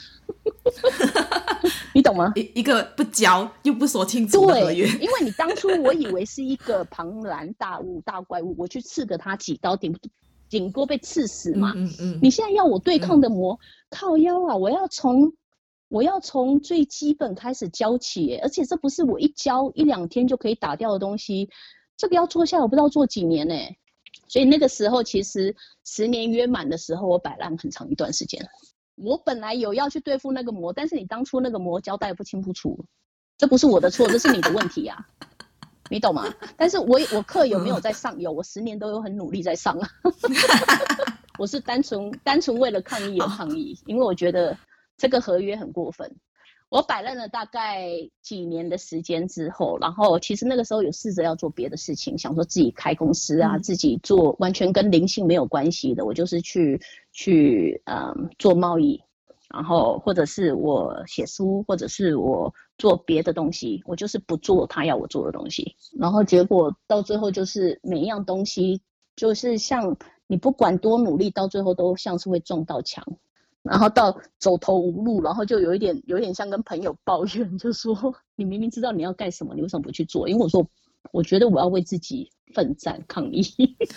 你懂吗？ 一一个不教又不说清楚的合约。 对，因为你当初我以为是一个庞然大物、大怪物，我去刺个他几刀，顶顶多被刺死嘛。嗯嗯嗯、你现在要我对抗的魔，嗯、靠腰啊！我要从我要从最基本开始教起，而且这不是我一教一两天就可以打掉的东西，这个要做下来我不知道做几年呢、欸。所以那个时候其实十年约满的时候，我摆烂很长一段时间。我本来有要去对付那个魔，但是你当初那个魔交代不清不楚，这不是我的错，这是你的问题啊，你懂吗？但是我我课有没有在上？有，我十年都有很努力在上啊。我是单纯单纯为了抗议而抗议，因为我觉得这个合约很过分。 我摆烂了大概几年的时间之后，然后其实那个时候有试着要做别的事情，想说自己开公司啊，嗯、自己做完全跟灵性没有关系的，我就是去去嗯做贸易，然后或者是我写书，或者是我做别的东西，我就是不做他要我做的东西，然后结果到最后就是每一样东西就是像你不管多努力，到最后都像是会撞到墙。然后到走投无路，然后就有一点有一点像跟朋友抱怨，就说你明明知道你要干什么，你为什么不去做？因为我说我觉得我要为自己奋战抗议。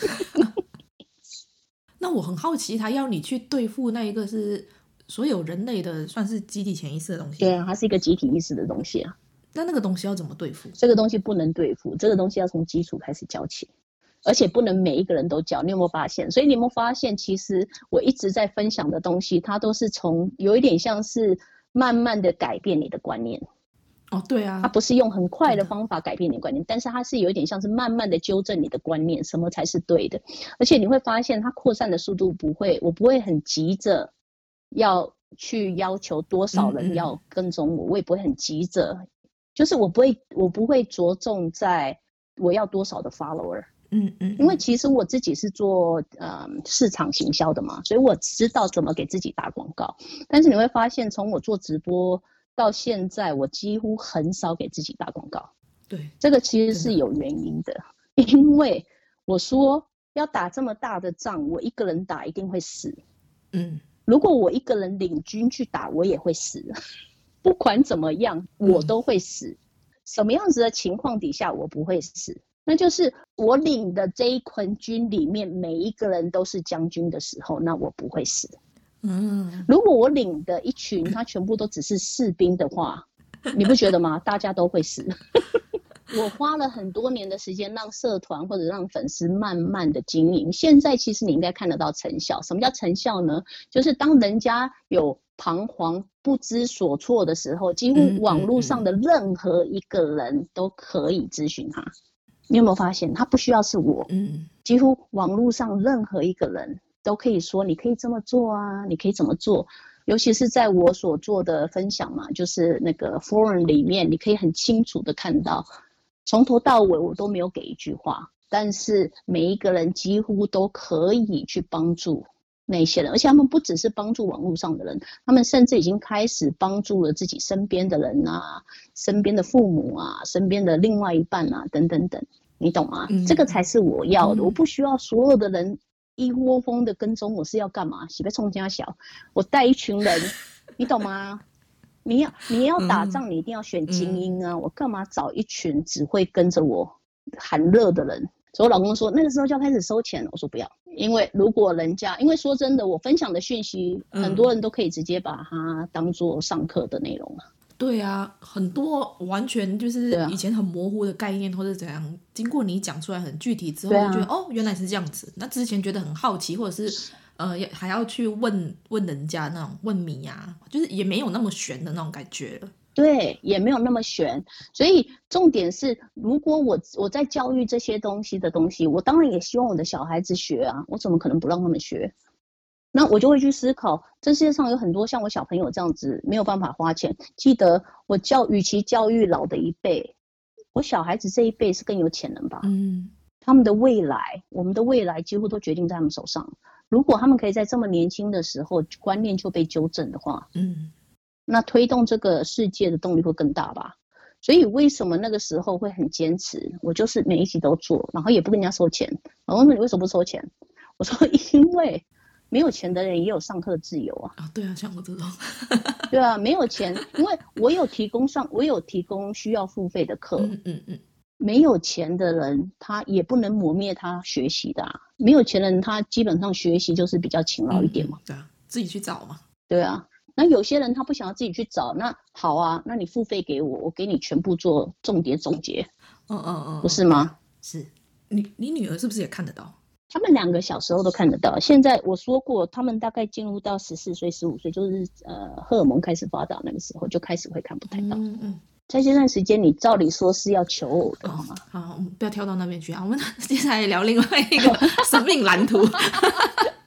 那我很好奇，他要你去对付那一个是所有人类的算是集体潜意识的东西。 对啊，它是一个集体意识的东西啊。 那那个东西要怎么对付？ 这个东西不能对付，这个东西要从基础开始教起。而且不能每一个人都教，你有没有发现？所以你有没有发现，其实我一直在分享的东西，它都是从有一点像是慢慢的改变你的观念。 哦，对啊， 它不是用很快的方法改变你的观念，但是它是有一点像是慢慢的纠正你的观念，什么才是对的。而且你会发现，它扩散的速度不会，我不会很急着要去要求多少人要跟踪我，嗯嗯我也不会很急着，就是我不会，我不会着重在我要多少的 follower。嗯嗯，因为其实我自己是做呃市场行销的嘛，所以我知道怎么给自己打广告。但是你会发现，从我做直播到现在，我几乎很少给自己打广告。 对， 这个其实是有原因的，因为我说要打这么大的仗，我一个人打一定会死。嗯，如果我一个人领军去打，我也会死。不管怎么样，我都会死。嗯、什么样子的情况底下我不会死？那就是我领的这一群军里面每一个人都是将军的时候，那我不会死。嗯，如果我领的一群他全部都只是士兵的话，你不觉得吗？大家都会死。我花了很多年的时间让社团或者让粉丝慢慢的经营，现在其实你应该看得到成效。什么叫成效呢？就是当人家有彷徨不知所措的时候，几乎网络上的任何一个人都可以咨询他。你有没有发现他不需要是我，嗯，几乎网络上任何一个人都可以说你可以这么做啊，你可以怎么做，尤其是在我所做的分享嘛，就是那个 forum 里面，你可以很清楚的看到，从头到尾我都没有给一句话，但是每一个人几乎都可以去帮助那些人，而且他们不只是帮助网络上的人，他们甚至已经开始帮助了自己身边的人啊，身边的父母啊，身边的另外一半啊，等等等，你懂吗？嗯、这个才是我要的、嗯、我不需要所有的人一窝蜂的跟踪我，是要干嘛？喜被冲家小，我带一群人，你懂吗？你要你要打仗，你一定要选精英啊！嗯、我干嘛找一群只会跟着我喊热的人？所以我老公说那个时候就要开始收钱了，我说不要，因为如果人家，因为说真的，我分享的讯息，嗯、很多人都可以直接把它当做上课的内容啊。 对啊，很多完全就是以前很模糊的概念或者怎样，经过你讲出来很具体之后，就觉得、啊、哦原来是这样子。那之前觉得很好奇，或者是呃还要去问问人家那种问米啊，就是也没有那么玄的那种感觉了。 对，也没有那么玄，所以重点是，如果我我在教育这些东西的东西，我当然也希望我的小孩子学啊，我怎么可能不让他们学？那我就会去思考，这世界上有很多像我小朋友这样子没有办法花钱。记得我教，与其教育老的一辈，我小孩子这一辈是更有潜能吧？嗯，他们的未来，我们的未来几乎都决定在他们手上。如果他们可以在这么年轻的时候观念就被纠正的话，嗯。那推动这个世界的动力会更大吧？所以为什么那个时候会很坚持？我就是每一集都做，然后也不跟人家收钱。然后说你为什么不收钱？我说因为没有钱的人也有上课自由啊。 啊，对啊，像我这种。 对啊，没有钱，因为我有提供上，我有提供需要付费的课。嗯嗯嗯。没有钱的人，他也不能磨灭他学习的啊。没有钱的人，他基本上学习就是比较勤劳一点嘛。 嗯嗯对啊，自己去找嘛。 对啊。那有些人他不想要自己去找，那好啊，那你付费给我，我给你全部做重点总结，嗯嗯嗯，不是吗？ 是，你你女儿是不是也看得到？ 他们两个小时候都看得到，现在我说过，他们大概进入到十四岁、十五岁，就是呃荷尔蒙开始发达那个时候，就开始会看不太到。嗯嗯，在这段时间，你照理说是要求偶的，好吗？ 好，我们不要跳到那边去啊，我们接下来聊另外一个生命蓝图。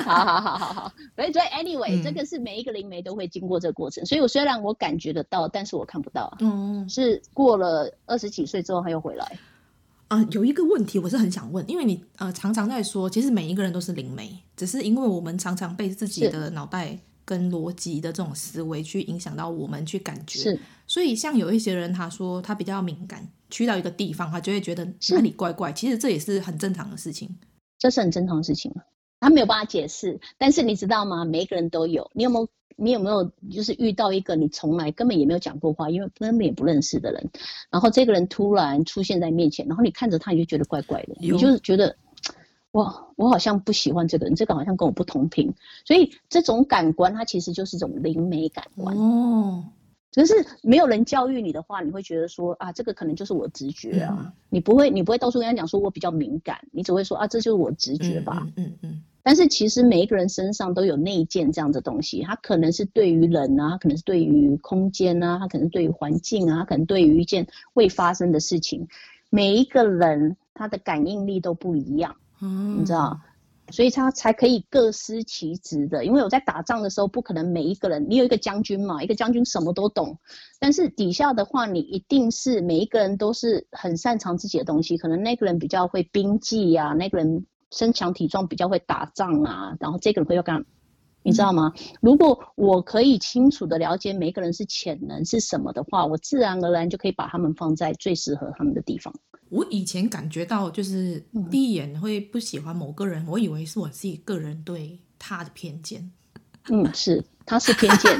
好好好好好，所以所以 anyway，、 嗯、 这个是每一个灵媒都会经过这个过程，所以我虽然我感觉得到，但是我看不到啊。嗯，是过了二十几岁之后他又回来。 呃，有一个问题我是很想问，因为你呃常常在说，其实每一个人都是灵媒，只是因为我们常常被自己的脑袋跟逻辑的这种思维去影响到我们去感觉， 是， 所以像有一些人他说他比较敏感，去到一个地方他就会觉得哪里怪怪，其实这也是很正常的事情， 这是很正常的事情，他没有办法解释，但是你知道吗？每一个人都有，你有没有？你有没有就是遇到一个你从来根本也没有讲过话，因为根本也不认识的人，然后这个人突然出现在面前，然后你看着他你就觉得怪怪的，你就是觉得哇，我好像不喜欢这个人，这个好像跟我不同频，所以这种感官它其实就是一种灵媒感官哦。可是没有人教育你的话，你会觉得说啊，这个可能就是我直觉啊，嗯、你不会你不会到处跟他讲说我比较敏感，你只会说啊，这就是我直觉吧。嗯嗯 嗯, 嗯。但是其实每一个人身上都有内建这样的东西，它可能是对于人啊，它可能是对于空间啊，它可能是对于环境啊，它可能对于一件会发生的事情，每一个人他的感应力都不一样，嗯、你知道。所以他才可以各司其职的，因为我在打仗的时候，不可能每一个人，你有一个将军嘛，一个将军什么都懂，但是底下的话，你一定是每一个人都是很擅长自己的东西，可能那个人比较会兵技啊，那个人身强体壮比较会打仗啊，然后这个人会要干，你知道吗？如果我可以清楚的了解每个人是潜能是什么的话，我自然而然就可以把他们放在最适合他们的地方。我以前感觉到就是第一眼会不喜欢某个人，嗯、我以为是我自己个人对他的偏见。嗯，是，他是偏见。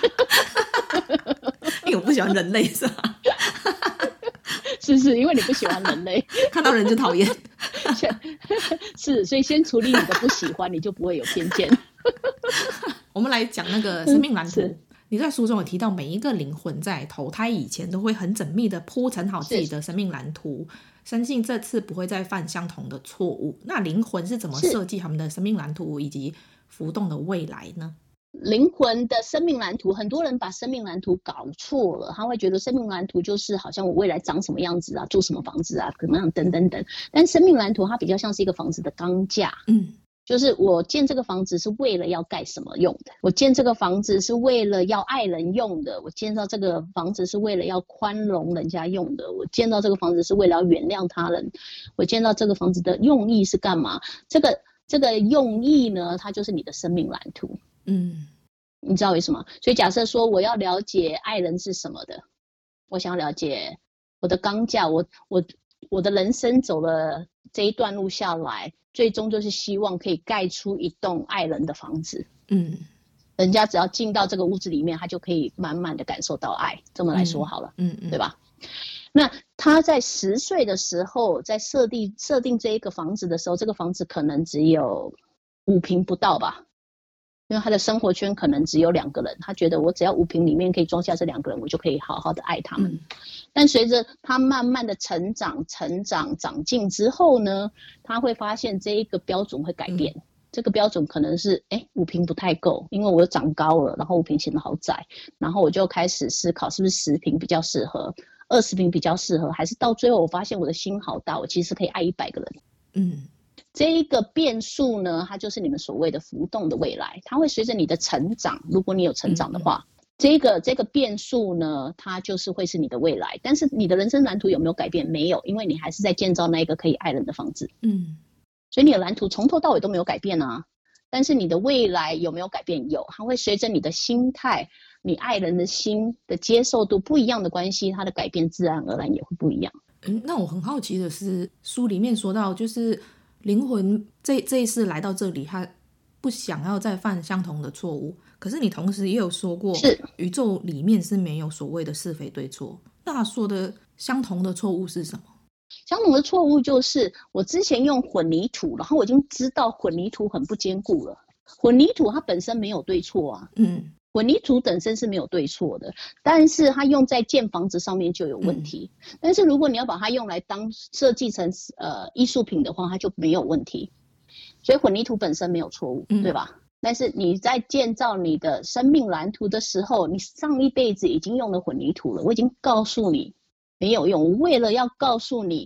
因为我不喜欢人类，是吧？是是，因为你不喜欢人类，看到人就讨厌。是，所以先处理你的不喜欢，你就不会有偏见。我们来讲那个生命蓝图。嗯，你在书中有提到，每一个灵魂在投胎以前都会很缜密的铺陈好自己的生命蓝图，相信这次不会再犯相同的错误。那灵魂是怎么设计他们的生命蓝图以及浮动的未来呢？灵魂的生命蓝图，很多人把生命蓝图搞错了，他会觉得生命蓝图就是好像我未来长什么样子啊，住什么房子啊，怎么样等等等。但生命蓝图它比较像是一个房子的钢架，嗯。就是我建这个房子是为了要盖什么用的，我建这个房子是为了要爱人用的，我建造这个房子是为了要宽容人家用的，我建造这个房子是为了要原谅他人，我建造这个房子的用意是干嘛？这个这个用意呢，它就是你的生命蓝图。嗯，你知道为什么？所以假设说我要了解爱人是什么的，我想要了解我的钢架，我我我的人生走了这一段路下来，最终就是希望可以盖出一栋爱人的房子。嗯，人家只要进到这个屋子里面，他就可以满满的感受到爱。这么来说好了，嗯嗯，对吧？那他在十岁的时候，在设定设定这一个房子的时候，这个房子可能只有五坪不到吧。因为他的生活圈可能只有两个人，他觉得我只要五坪里面可以装下这两个人，我就可以好好的爱他们。嗯、但随着他慢慢的成长、成长、长进之后呢，他会发现这一个标准会改变。嗯、这个标准可能是，哎，五坪不太够，因为我长高了，然后五坪显得好窄，然后我就开始思考是不是十坪比较适合，二十坪比较适合，还是到最后我发现我的心好大，我其实可以爱一百个人。嗯。这一个变数呢，它就是你们所谓的浮动的未来，它会随着你的成长，如果你有成长的话，嗯、这个这个变数呢，它就是会是你的未来。但是你的人生蓝图有没有改变？没有，因为你还是在建造那一个可以爱人的房子。嗯，所以你的蓝图从头到尾都没有改变啊。但是你的未来有没有改变？有，它会随着你的心态、你爱人的心的接受度不一样的关系，它的改变自然而然也会不一样。嗯，那我很好奇的是，书里面说到就是。灵魂这这一次来到这里，他不想要再犯相同的错误。可是你同时也有说过，是宇宙里面是没有所谓的是非对错。那他说的相同的错误是什么？相同的错误就是我之前用混凝土，然后我已经知道混凝土很不坚固了。混凝土它本身没有对错啊，嗯。混凝土本身是没有对错的，但是它用在建房子上面就有问题。嗯、但是如果你要把它用来当设计成呃艺术品的话，它就没有问题。所以混凝土本身没有错误，嗯、对吧？但是你在建造你的生命蓝图的时候，你上一辈子已经用了混凝土了，我已经告诉你没有用。我为了要告诉你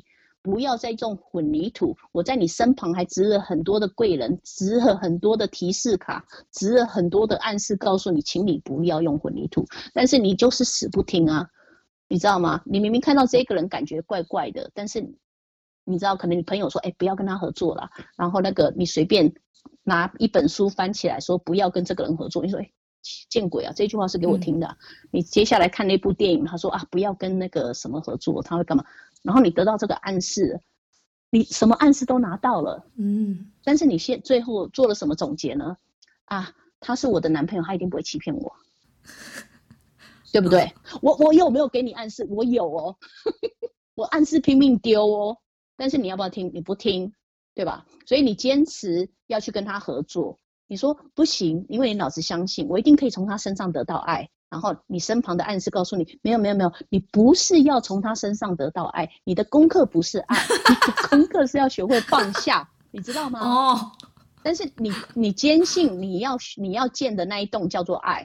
不要再种混凝土，我在你身旁还植了很多的贵人，植了很多的提示卡，植了很多的暗示告诉你请你不要用混凝土，但是你就是死不听啊，你知道吗？你明明看到这个人感觉怪怪的，但是你知道可能你朋友说哎，不要跟他合作啦，然后那个你随便拿一本书翻起来说不要跟这个人合作，你说哎，见鬼啊，这句话是给我听的、啊嗯、你接下来看那部电影他说啊不要跟那个什么合作，他会干嘛，然后你得到这个暗示，你什么暗示都拿到了，嗯，但是你现最后做了什么总结呢？啊，他是我的男朋友，他一定不会欺骗我，对不对？我我有没有给你暗示？我有哦，我暗示拼命丢哦，但是你要不要听？你不听，对吧？所以你坚持要去跟他合作，你说不行，因为你老是相信我一定可以从他身上得到爱。然后你身旁的暗示告诉你，没有没有没有，你不是要从他身上得到爱，你的功课不是爱，你的功课是要学会放下，你知道吗？哦。但是你你坚信你要你要建的那一栋叫做爱，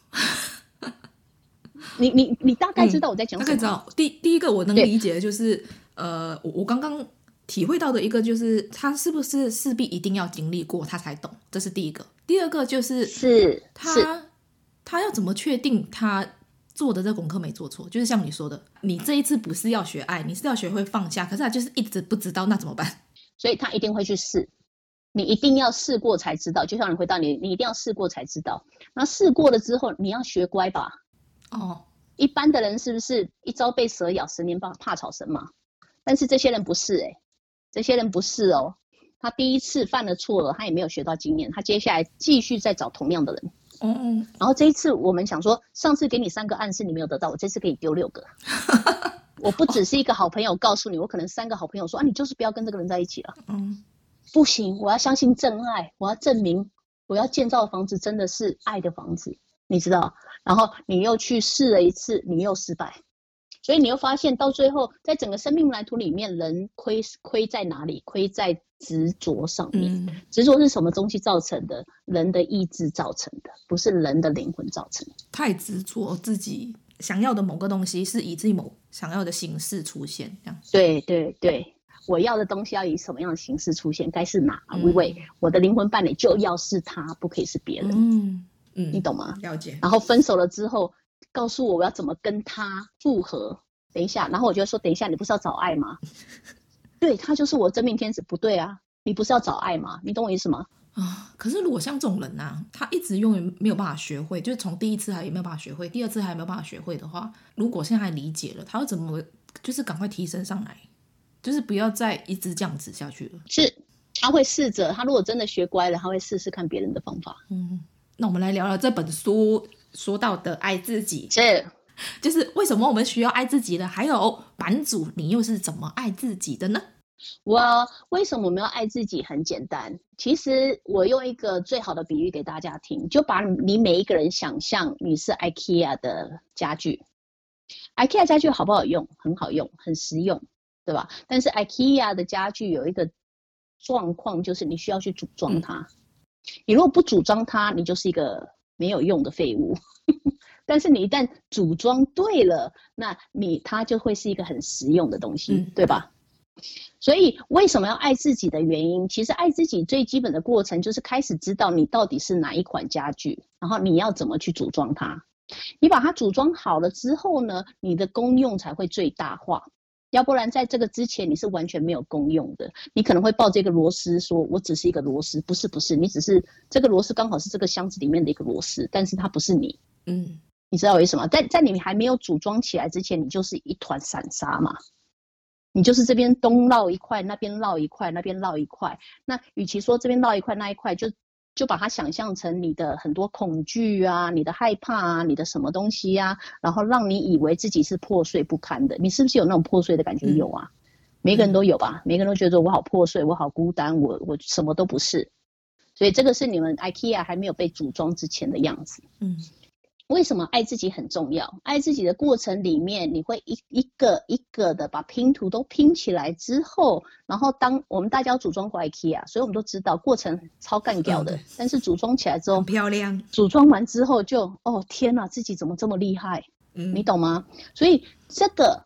你你你大概知道我在讲什么？嗯、大概知道。 第第一个我能理解的就是，呃，我我刚刚体会到的一个就是，他是不是势必一定要经历过他才懂，这是第一个。第二个就是是他。是他要怎么确定他做的这功课没做错？就是像你说的，你这一次不是要学爱，你是要学会放下，可是他就是一直不知道，那怎么办？ 所以他一定会去试，你一定要试过才知道。就像你回到你，你一定要试过才知道。那试过了之后，你要学乖吧。哦，一般的人是不是一朝被蛇咬，十年怕草绳嘛？但是这些人不是哎、欸，这些人不是哦。他第一次犯了错了，他也没有学到经验，他接下来继续再找同样的人。嗯嗯，然后这一次我们想说，上次给你三个暗示你没有得到，我这次给你丢六个。我不只是一个好朋友告诉你，我可能三个好朋友说啊，你就是不要跟这个人在一起了。嗯，不行，我要相信真爱，我要证明我要建造的房子真的是爱的房子，你知道？然后你又去试了一次，你又失败，所以你又发现到最后，在整个生命蓝图里面，人亏亏在哪里？亏在执着上面。嗯、执着是什么东西造成的？人的意志造成的，不是人的灵魂造成的。 太执着自己想要的某个东西，是以自己某想要的形式出现，这样。 对对对，我要的东西要以什么样的形式出现？该是哪一位？嗯、我的灵魂伴侣就要是他，不可以是别人。嗯嗯，你懂吗？ 了解。 然后分手了之后，告诉我我要怎么跟他复合。等一下，然后我就说，等一下，你不是要找爱吗？对，他就是我真命天子，不对啊，你不是要找爱吗？你懂我意思吗？ 啊，可是如果像这种人啊，他一直永远没有办法学会，就是从第一次还没有办法学会，第二次还没有办法学会的话，如果现在还理解了，他要怎么就是赶快提升上来，就是不要再一直这样子下去了。 是，他会试着，他如果真的学乖了，他会试试看别人的方法。 嗯，那我们来聊聊这本书说到的爱自己， 是， 就是为什么我们需要爱自己的，还有版主你又是怎么爱自己的呢？ 我为什么我们要爱自己？很简单，其实我用一个最好的比喻给大家听，就把你每一个人想象你是 IKEA 的家具。IKEA 家具好不好用？很好用，很实用，对吧？但是 IKEA 的家具有一个状况，就是你需要去组装它。嗯、你如果不组装它，你就是一个没有用的废物。但是你一旦组装对了，那你它就会是一个很实用的东西，嗯、对吧？所以为什么要爱自己的原因，其实爱自己最基本的过程就是开始知道你到底是哪一款家具，然后你要怎么去组装它。你把它组装好了之后呢，你的功用才会最大化，要不然在这个之前你是完全没有功用的。你可能会抱这个螺丝说我只是一个螺丝，不是不是，你只是这个螺丝刚好是这个箱子里面的一个螺丝，但是它不是你。嗯，你知道为什么？在在你还没有组装起来之前，你就是一团散沙嘛。你就是这边东绕一块，那边绕一块，那边绕一块。那与其说这边绕一块那一块，就就把它想象成你的很多恐惧啊，你的害怕啊，你的什么东西啊，然后让你以为自己是破碎不堪的。你是不是有那种破碎的感觉？嗯、有啊，每个人都有吧。每个人都觉得我好破碎，我好孤单，我我什么都不是。所以这个是你们 IKEA 还没有被组装之前的样子。嗯。为什么爱自己很重要？爱自己的过程里面，你会一一个一个的把拼图都拼起来之后，然后当我们大家组装过 IKEA， 所以我们都知道过程超干掉的，嗯、但是组装起来之后很漂亮。 组装完之后就哦天哪，自己怎么这么厉害？嗯、你懂吗？所以这个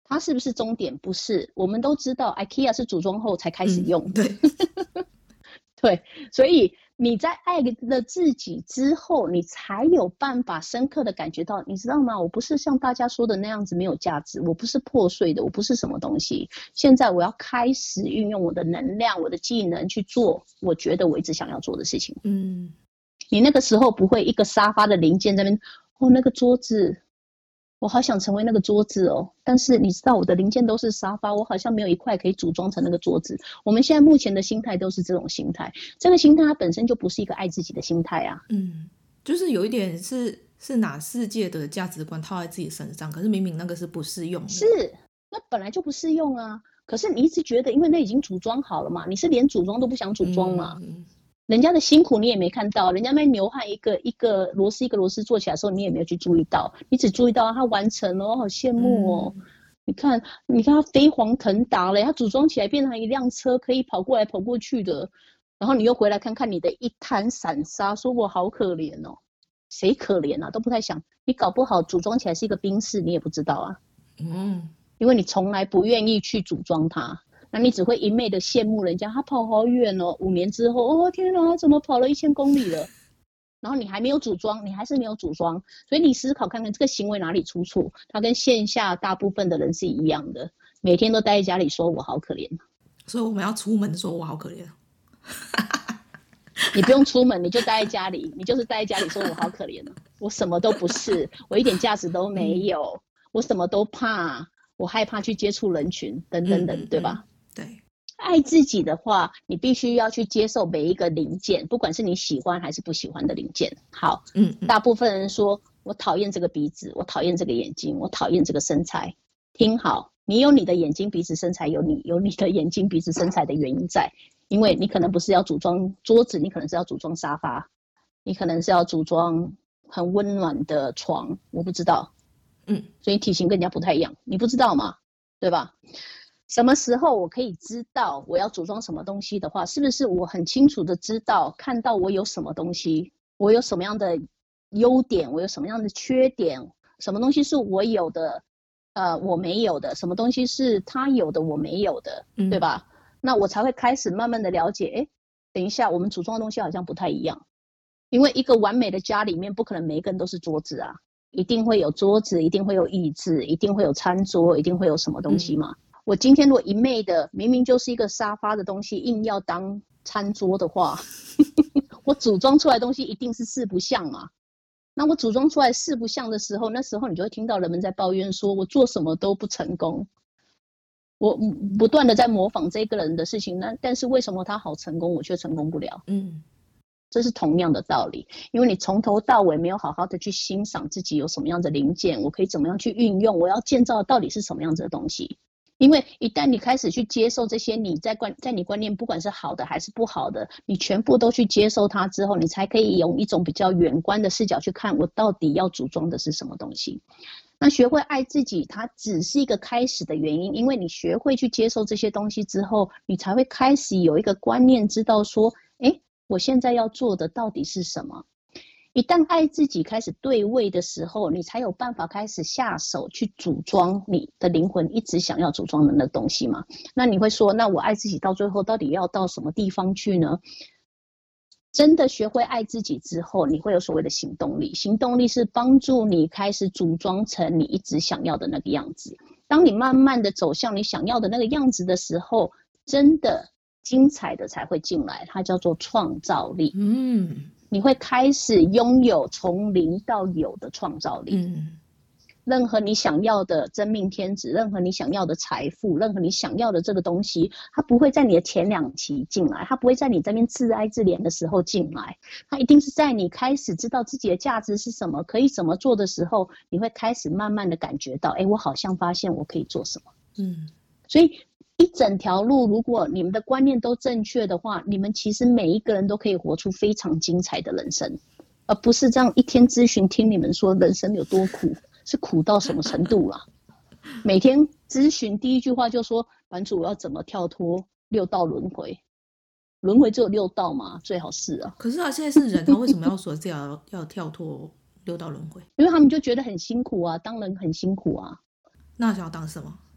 它是不是终点？不是，我们都知道 IKEA 是组装后才开始用。 嗯、对对，所以你在爱了自己之后，你才有办法深刻的感觉到，你知道吗？我不是像大家说的那样子没有价值，我不是破碎的，我不是什么东西。现在我要开始运用我的能量、我的技能去做我觉得我一直想要做的事情。 嗯， 你那个时候不会一个沙发的零件在那边，哦，那个桌子。我好想成为那个桌子哦，但是你知道我的零件都是沙发，我好像没有一块可以组装成那个桌子。我们现在目前的心态都是这种心态，这个心态它本身就不是一个爱自己的心态啊。 嗯，就是有一点是是拿世界的价值观套在自己身上，可是明明那个是不适用的。 是，那本来就不适用啊。可是你一直觉得，因为那已经组装好了嘛，你是连组装都不想组装嘛。嗯，人家的辛苦你也没看到，人家那流汗一个一个螺丝一个螺丝做起来的时候，你也没有去注意到，你只注意到它完成了，好羡慕哦。嗯，你看，你看它飞黄腾达了，它组装起来变成一辆车，可以跑过来跑过去的。然后你又回来看看你的一滩散沙，说我好可怜哦。谁可怜啊？都不太想。你搞不好组装起来是一个宾士，你也不知道啊。嗯，因为你从来不愿意去组装它。那你只会一昧的羡慕人家，他跑好远哦，五年之后，哦天哪，他怎么跑了一千公里了？然后你还没有组装，你还是没有组装，所以你思考看看这个行为哪里出错。他跟线下大部分的人是一样的，每天都待在家里说我好可怜。 所以我们要出门的时候我好可怜。 你不用出门，你就待在家里，你就是待在家里说我好可怜，我什么都不是，我一点价值都没有，嗯，我什么都怕，我害怕去接触人群等等等，嗯嗯嗯，对吧？ 对， 爱自己的话，你必须要去接受每一个零件，不管是你喜欢还是不喜欢的零件。好，嗯，嗯，大部分人说我讨厌这个鼻子，我讨厌这个眼睛，我讨厌这个身材。听好，你有你的眼睛、鼻子、身材，有你有你的眼睛、鼻子、身材的原因在，因为你可能不是要组装桌子，你可能是要组装沙发，你可能是要组装很温暖的床，我不知道，嗯，所以体型跟人家不太一样，你不知道嘛，对吧？什么时候我可以知道我要组装什么东西的话，是不是我很清楚的知道看到我有什么东西，我有什么样的优点，我有什么样的缺点，什么东西是我有的呃，我没有的，什么东西是他有的我没有的，嗯，对吧？那我才会开始慢慢的了解，哎，等一下我们组装的东西好像不太一样，因为一个完美的家里面不可能每一个人都是桌子啊，一定会有桌子，一定会有椅子，一定会有餐桌，一定会有什么东西嘛。嗯，我今天如果一昧的明明就是一个沙发的东西硬要当餐桌的话我组装出来的东西一定是四不像嘛。那我组装出来四不像的时候，那时候你就会听到人们在抱怨说我做什么都不成功，我不断的在模仿这个人的事情，那但是为什么他好成功我却成功不了？嗯，这是同样的道理，因为你从头到尾没有好好的去欣赏自己有什么样的零件，我可以怎么样去运用，我要建造的到底是什么样子的东西。因为一旦你开始去接受这些你在观在你观念不管是好的还是不好的，你全部都去接受它之后，你才可以用一种比较远观的视角去看我到底要组装的是什么东西。那学会爱自己它只是一个开始的原因，因为你学会去接受这些东西之后，你才会开始有一个观念知道说，诶，我现在要做的到底是什么。一旦爱自己开始对位的时候，你才有办法开始下手去组装你的灵魂一直想要组装的那东西嘛。那你会说，那我爱自己到最后到底要到什么地方去呢？真的学会爱自己之后，你会有所谓的行动力，行动力是帮助你开始组装成你一直想要的那个样子。当你慢慢的走向你想要的那个样子的时候，真的精彩的才会进来，它叫做创造力。嗯，你会开始拥有从零到有的创造力。嗯，任何你想要的真命天子，任何你想要的财富，任何你想要的这个东西，它不会在你的前两期进来，它不会在你这边自哀自怜的时候进来，它一定是在你开始知道自己的价值是什么，可以怎么做的时候，你会开始慢慢的感觉到，哎，我好像发现我可以做什么。嗯，所以一整条路，如果你们的观念都正确的话，你们其实每一个人都可以活出非常精彩的人生，而不是这样一天咨询听你们说人生有多苦，是苦到什么程度啦？每天咨询第一句话就说，版主我要怎么跳脱六道轮回？轮回只有六道嘛，最好是啊。 可是他现在是人，他为什么要说这样要跳脱六道轮回？ 因为他们就觉得很辛苦啊，当人很辛苦啊。 那想要当什么？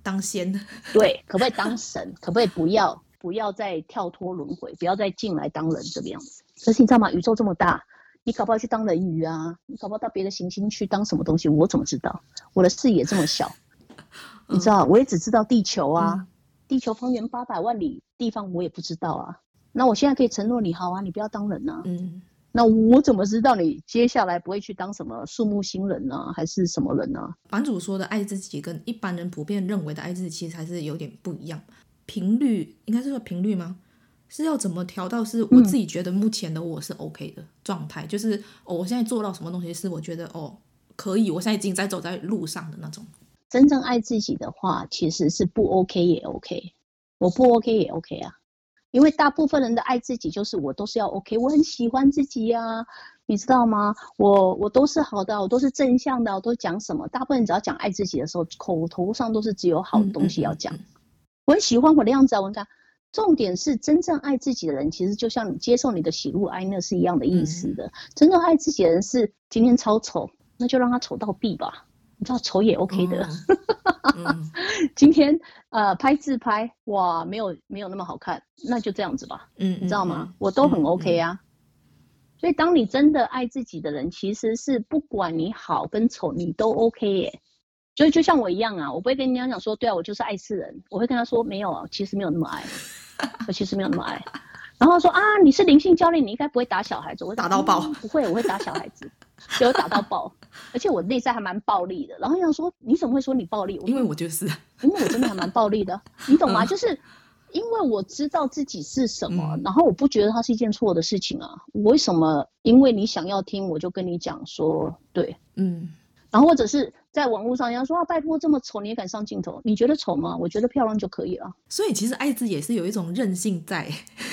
当仙？ 对，可不可以当神？可不可以不要不要再跳脱轮回，不要再进来当人这个样子？可是你知道吗？宇宙这么大，你搞不好去当人鱼啊，你搞不好到别的行星去当什么东西，我怎么知道？我的视野这么小，你知道，我也只知道地球啊，嗯、地球方圆八百万里地方我也不知道啊。那我现在可以承诺你，好啊，你不要当人啊。嗯，那我怎么知道你接下来不会去当什么树木星人啊，还是什么人啊？ 版主说的爱自己跟一般人普遍认为的爱自己其实还是有点不一样。频率应该是说频率吗？是要怎么调到是我自己觉得目前的我是 OK 的状态、嗯、就是哦，我现在做到什么东西是我觉得哦可以，我现在已经在走在路上的那种。 真正爱自己的话其实是不 OK 也 OK， 我不 OK 也 OK 啊。因为大部分人的爱自己就是我都是要 OK， 我很喜欢自己啊，你知道吗？我我都是好的，我都是正向的，我都讲什么？大部分人只要讲爱自己的时候，口头上都是只有好的东西要讲。嗯嗯嗯嗯，我很喜欢我的样子啊，我看。重点是真正爱自己的人，其实就像你接受你的喜怒哀乐是一样的意思的。嗯、真正爱自己的人是今天超丑，那就让他丑到毙吧。你知道丑也 OK 的。嗯嗯、今天呃拍自拍哇没有没有那么好看，那就这样子吧。嗯，你知道吗？嗯、我都很 OK 啊。嗯嗯、所以当你真的爱自己的人，其实是不管你好跟丑，你都 OK 耶。所以就像我一样啊，我不会跟人家讲说，对啊，我就是爱世人。我会跟他说，没有啊，其实没有那么爱，我其实没有那么爱。然后说啊，你是灵性教练，你应该不会打小孩子。我打到爆、 嗯，不会，我会打小孩子，所以我打到爆，而且我内在还蛮暴力的。然后想说，你怎么会说你暴力？ 因为我就是， 因为我真的还蛮暴力的，你懂吗？嗯、就是因为我知道自己是什么，嗯、然后我不觉得它是一件错的事情啊。我为什么？因为你想要听，我就跟你讲说，对，嗯。然后或者是在网络上人家说啊，拜托这么丑你也敢上镜头？你觉得丑吗？我觉得漂亮就可以了。 所以其实爱自己也是有一种韧性在。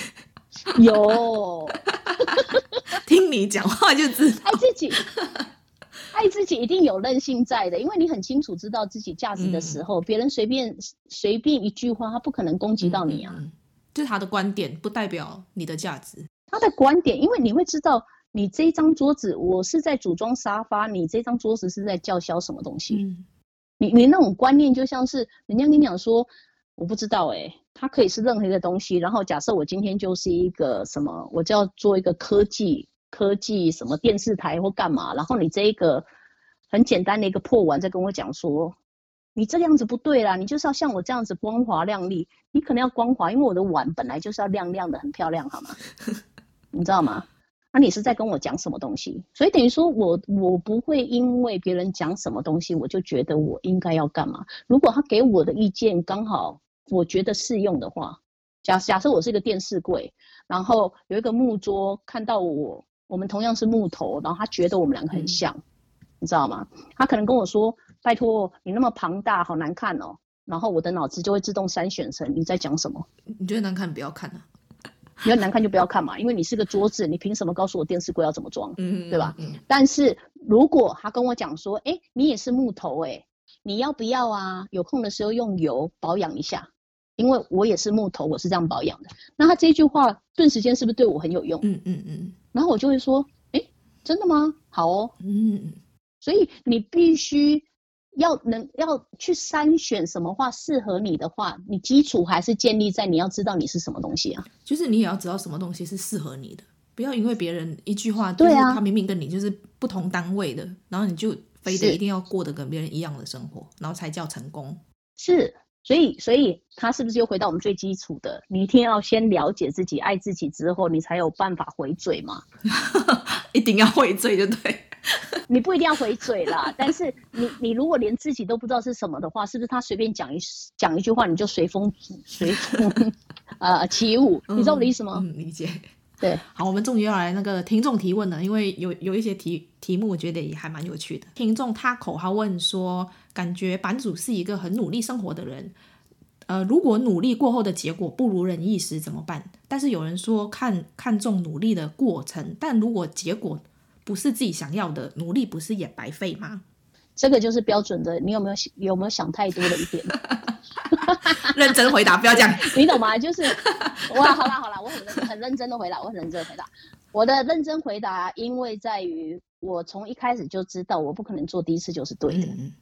有。 听你讲话就知道。 爱自己，爱自己一定有韧性在的，因为你很清楚知道自己价值的时候，嗯、别人随便随便一句话，他不可能攻击到你啊。嗯嗯嗯， 就是他的观点不代表你的价值。 他的观点，因为你会知道。你这张桌子，我是在组装沙发，你这张桌子是在叫嚣什么东西？嗯、你你那种观念就像是人家跟你讲说，我不知道哎、欸，它可以是任何一个东西。然后假设我今天就是一个什么，我就要做一个科技科技什么电视台或干嘛，然后你这一个很简单的一个破碗在跟我讲说，你这个样子不对啦，你就是要像我这样子光滑亮丽，你可能要光滑，因为我的碗本来就是要亮亮的，很漂亮，好吗？你知道吗？那、啊、你是在跟我讲什么东西？所以等于说我我不会因为别人讲什么东西，我就觉得我应该要干嘛。如果他给我的意见刚好我觉得适用的话，假假设我是一个电视柜，然后有一个木桌，看到我，我们同样是木头，然后他觉得我们两个很像，嗯、你知道吗？他可能跟我说：“拜托，你那么庞大，好难看哦。”然后我的脑子就会自动筛选成你在讲什么。 你觉得难看，不要看啊。 你要难看就不要看嘛，因为你是个桌子，你凭什么告诉我电视柜要怎么装？嗯，对吧？嗯。但是如果他跟我讲说，哎，你也是木头哎、欸，你要不要啊？有空的时候用油保养一下，因为我也是木头，我是这样保养的。那他这句话顿时间是不是对我很有用？嗯嗯嗯。然后我就会说，哎，真的吗？好哦。嗯。所以你必须。要能要去筛选什么话适合你的话，你基础还是建立在你要知道你是什么东西啊。 就是你也要知道什么东西是适合你的，不要因为别人一句话，就是他明明跟你就是不同单位的，啊、然后你就非得一定要过得跟别人一样的生活，然后才叫成功。 是，所以所以他是不是又回到我们最基础的？你一定要先了解自己、爱自己之后，你才有办法回嘴嘛。 一定要回嘴就对。 你不一定要回嘴啦，但是你你如果连自己都不知道是什么的话，是不是他随便讲一讲一句话，你就随风随风呃起舞？你知道我的意思吗？ 嗯，理解。 对， 好，我们终于要来那个听众提问了，因为有有一些题题目，我觉得也还蛮有趣的。听众他口他问说，感觉版主是一个很努力生活的人，呃，如果努力过后的结果不如人意时怎么办？但是有人说看看重努力的过程，但如果结果不是自己想要的，努力不是也白费吗？ 这个就是标准的，你有没有有没有想太多的一点？ 认真回答，不要这样。 你懂吗？就是哇，好啦好啦，我很很认真的回答，我很认真的回答。我的认真回答，因为在于我从一开始就知道我不可能做第一次就是对的，嗯、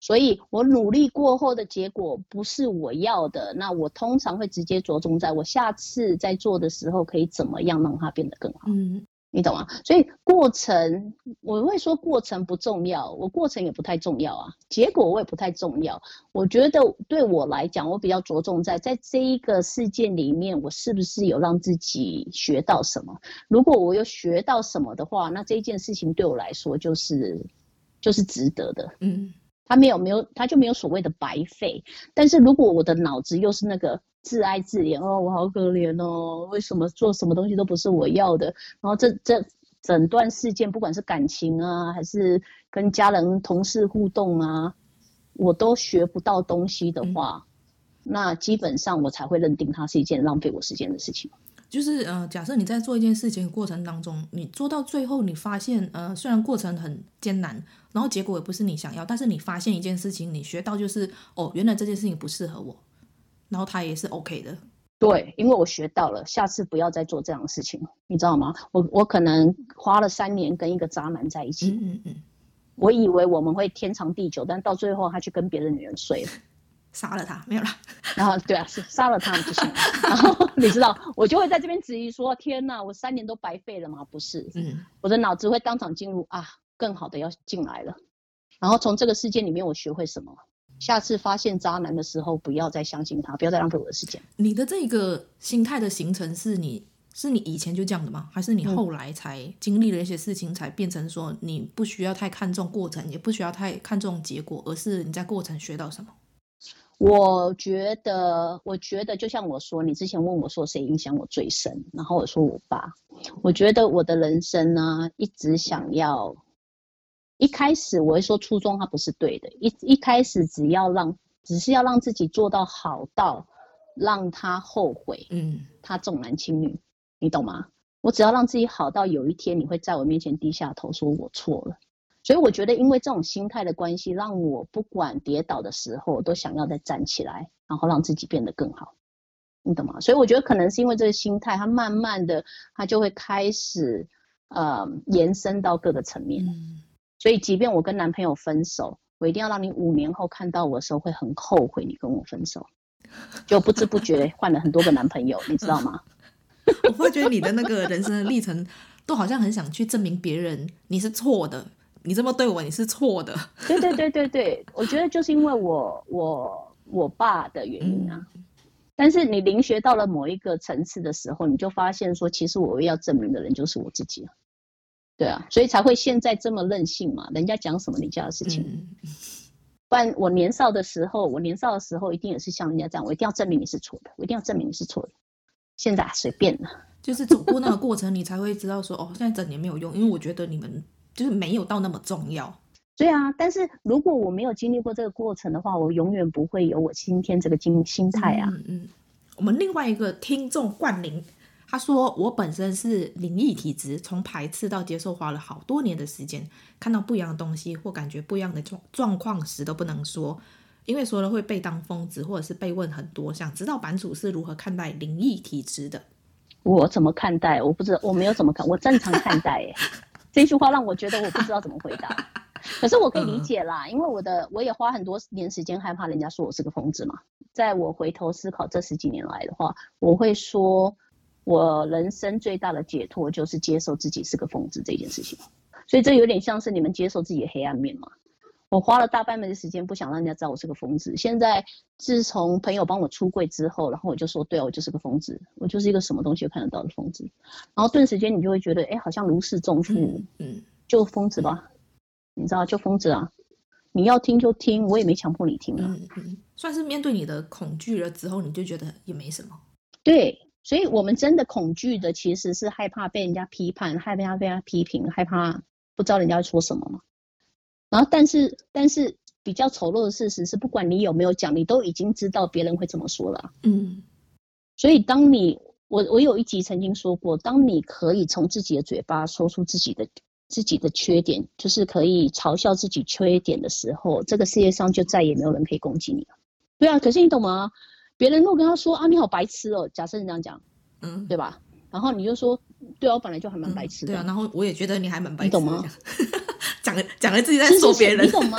所以我努力过后的结果不是我要的，那我通常会直接着重在我下次在做的时候可以怎么样让它变得更好。 嗯， 你懂吗？所以过程，我会说过程不重要，我过程也不太重要啊，结果我也不太重要。我觉得对我来讲，我比较着重在在这一个事件里面，我是不是有让自己学到什么？如果我有学到什么的话，那这件事情对我来说就是就是值得的。 嗯。 他没有没有，他就没有所谓的白费。但是如果我的脑子又是那个自哀自怜，哦，我好可怜哦，为什么做什么东西都不是我要的？然后这这整段事件，不管是感情啊，还是跟家人、同事互动啊，我都学不到东西的话，嗯、那基本上我才会认定它是一件浪费我时间的事情。 就是呃，假设你在做一件事情的过程当中，你做到最后，你发现呃，虽然过程很艰难，然后结果也不是你想要，但是你发现一件事情，你学到就是哦，原来这件事情不适合我，然后它也是 OK 的。 对，因为我学到了，下次不要再做这样的事情，你知道吗？我我可能花了三年跟一个渣男在一起， 嗯嗯嗯， 我以为我们会天长地久，但到最后他去跟别的女人睡了。 杀了他没有啦， 然后对啊，是杀了他们就行了。然后你知道，我就会在这边质疑说：天哪，我三年都白费了吗？不是，嗯，我的脑子会当场进入啊，更好的要进来了。然后从这个事件里面，我学会什么？下次发现渣男的时候，不要再相信他，不要再浪费我的时间。 你的这个心态的形成是你是你以前就这样的吗？还是你后来才经历了一些事情，才变成说你不需要太看重过程，也不需要太看重结果，而是你在过程学到什么？ 我觉得，我觉得就像我说，你之前问我说谁影响我最深，然后我说我爸。我觉得我的人生呢，一直想要，一开始我会说初衷它不是对的，一一开始只要让，只是要让自己做到好到让他后悔，嗯，他重男轻女，你懂吗？我只要让自己好到有一天你会在我面前低下头说我错了。所以我觉得因为这种心态的关系，让我不管跌倒的时候都想要再站起来，然后让自己变得更好，你懂吗？所以我觉得可能是因为这个心态，它慢慢的它就会开始呃延伸到各个层面、嗯、所以即便我跟男朋友分手，我一定要让你五年后看到我的时候会很后悔你跟我分手，就不知不觉换了很多个男朋友你知道吗？ 我会觉得你的那个人生的历程都好像很想去证明别人你是错的，你这么对我你是错的。 对对对对对，我觉得就是因为我我我爸的原因啊、嗯、但是你灵学到了某一个层次的时候，你就发现说其实我要证明的人就是我自己，对啊，所以才会现在这么任性嘛，人家讲什么你家的事情、嗯、不然我年少的时候我年少的时候一定也是像人家这样，我一定要证明你是错的，我一定要证明你是错的，现在随便了， 就是走过那个过程你才会知道说哦，现在整年没有用，因为我觉得你们就是没有到那么重要。 对啊，但是如果我没有经历过这个过程的话，我永远不会有我今天这个心态啊。 嗯嗯。我们另外一个听众冠霖，他说我本身是灵异体质，从排斥到接受花了好多年的时间，看到不一样的东西或感觉不一样的状况时都不能说，因为说了会被当疯子，或者是被问很多，想知道版主是如何看待灵异体质的。 我怎么看待？我不知道，我没有怎么看，我正常看待耶。这句话让我觉得我不知道怎么回答。可是我可以理解啦、嗯、因为我的我也花很多年时间害怕人家说我是个疯子嘛。在我回头思考这十几年来的话，我会说我人生最大的解脱就是接受自己是个疯子这件事情。所以这有点像是你们接受自己的黑暗面嘛。我花了大半辈子时间不想让人家知道我是个疯子，现在自从朋友帮我出柜之后，然后我就说对啊，我就是个疯子，我就是一个什么东西都看得到的疯子，然后顿时间你就会觉得哎，好像如释重负，嗯嗯，就疯子吧，你知道就疯子啊，你要听就听，我也没强迫你听啊， 嗯嗯，算是面对你的恐惧了之后，你就觉得也没什么。 对，所以我们真的恐惧的其实是害怕被人家批判，害怕被人家批评，害怕不知道人家会说什么嘛。然后但是但是比较丑陋的事实是，不管你有没有讲，你都已经知道别人会这么说了、啊。嗯，所以当你我我有一集曾经说过，当你可以从自己的嘴巴说出自己的自己的缺点，就是可以嘲笑自己缺点的时候，这个世界上就再也没有人可以攻击你了。对啊，可是你懂吗？别人如果跟他说啊你好白痴哦，假设你这样讲，嗯，对吧？然后你就说对啊，我本来就还蛮白痴的、 嗯。对啊，然后我也觉得你还蛮白痴的， 你懂吗？ 讲了讲了自己在说别人， 你懂吗？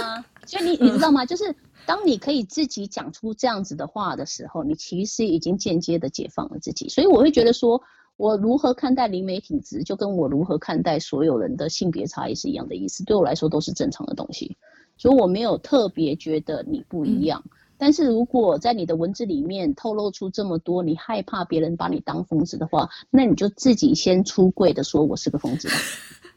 所以你你知道吗？就是当你可以自己讲出这样子的话的时候，你其实已经间接的解放了自己。所以我会觉得说，我如何看待灵媒体质，就跟我如何看待所有人的性别差异是一样的意思。对我来说都是正常的东西，所以我没有特别觉得你不一样。嗯，但是如果在你的文字里面透露出这么多，你害怕别人把你当疯子的话，那你就自己先出柜的说我是个疯子吧。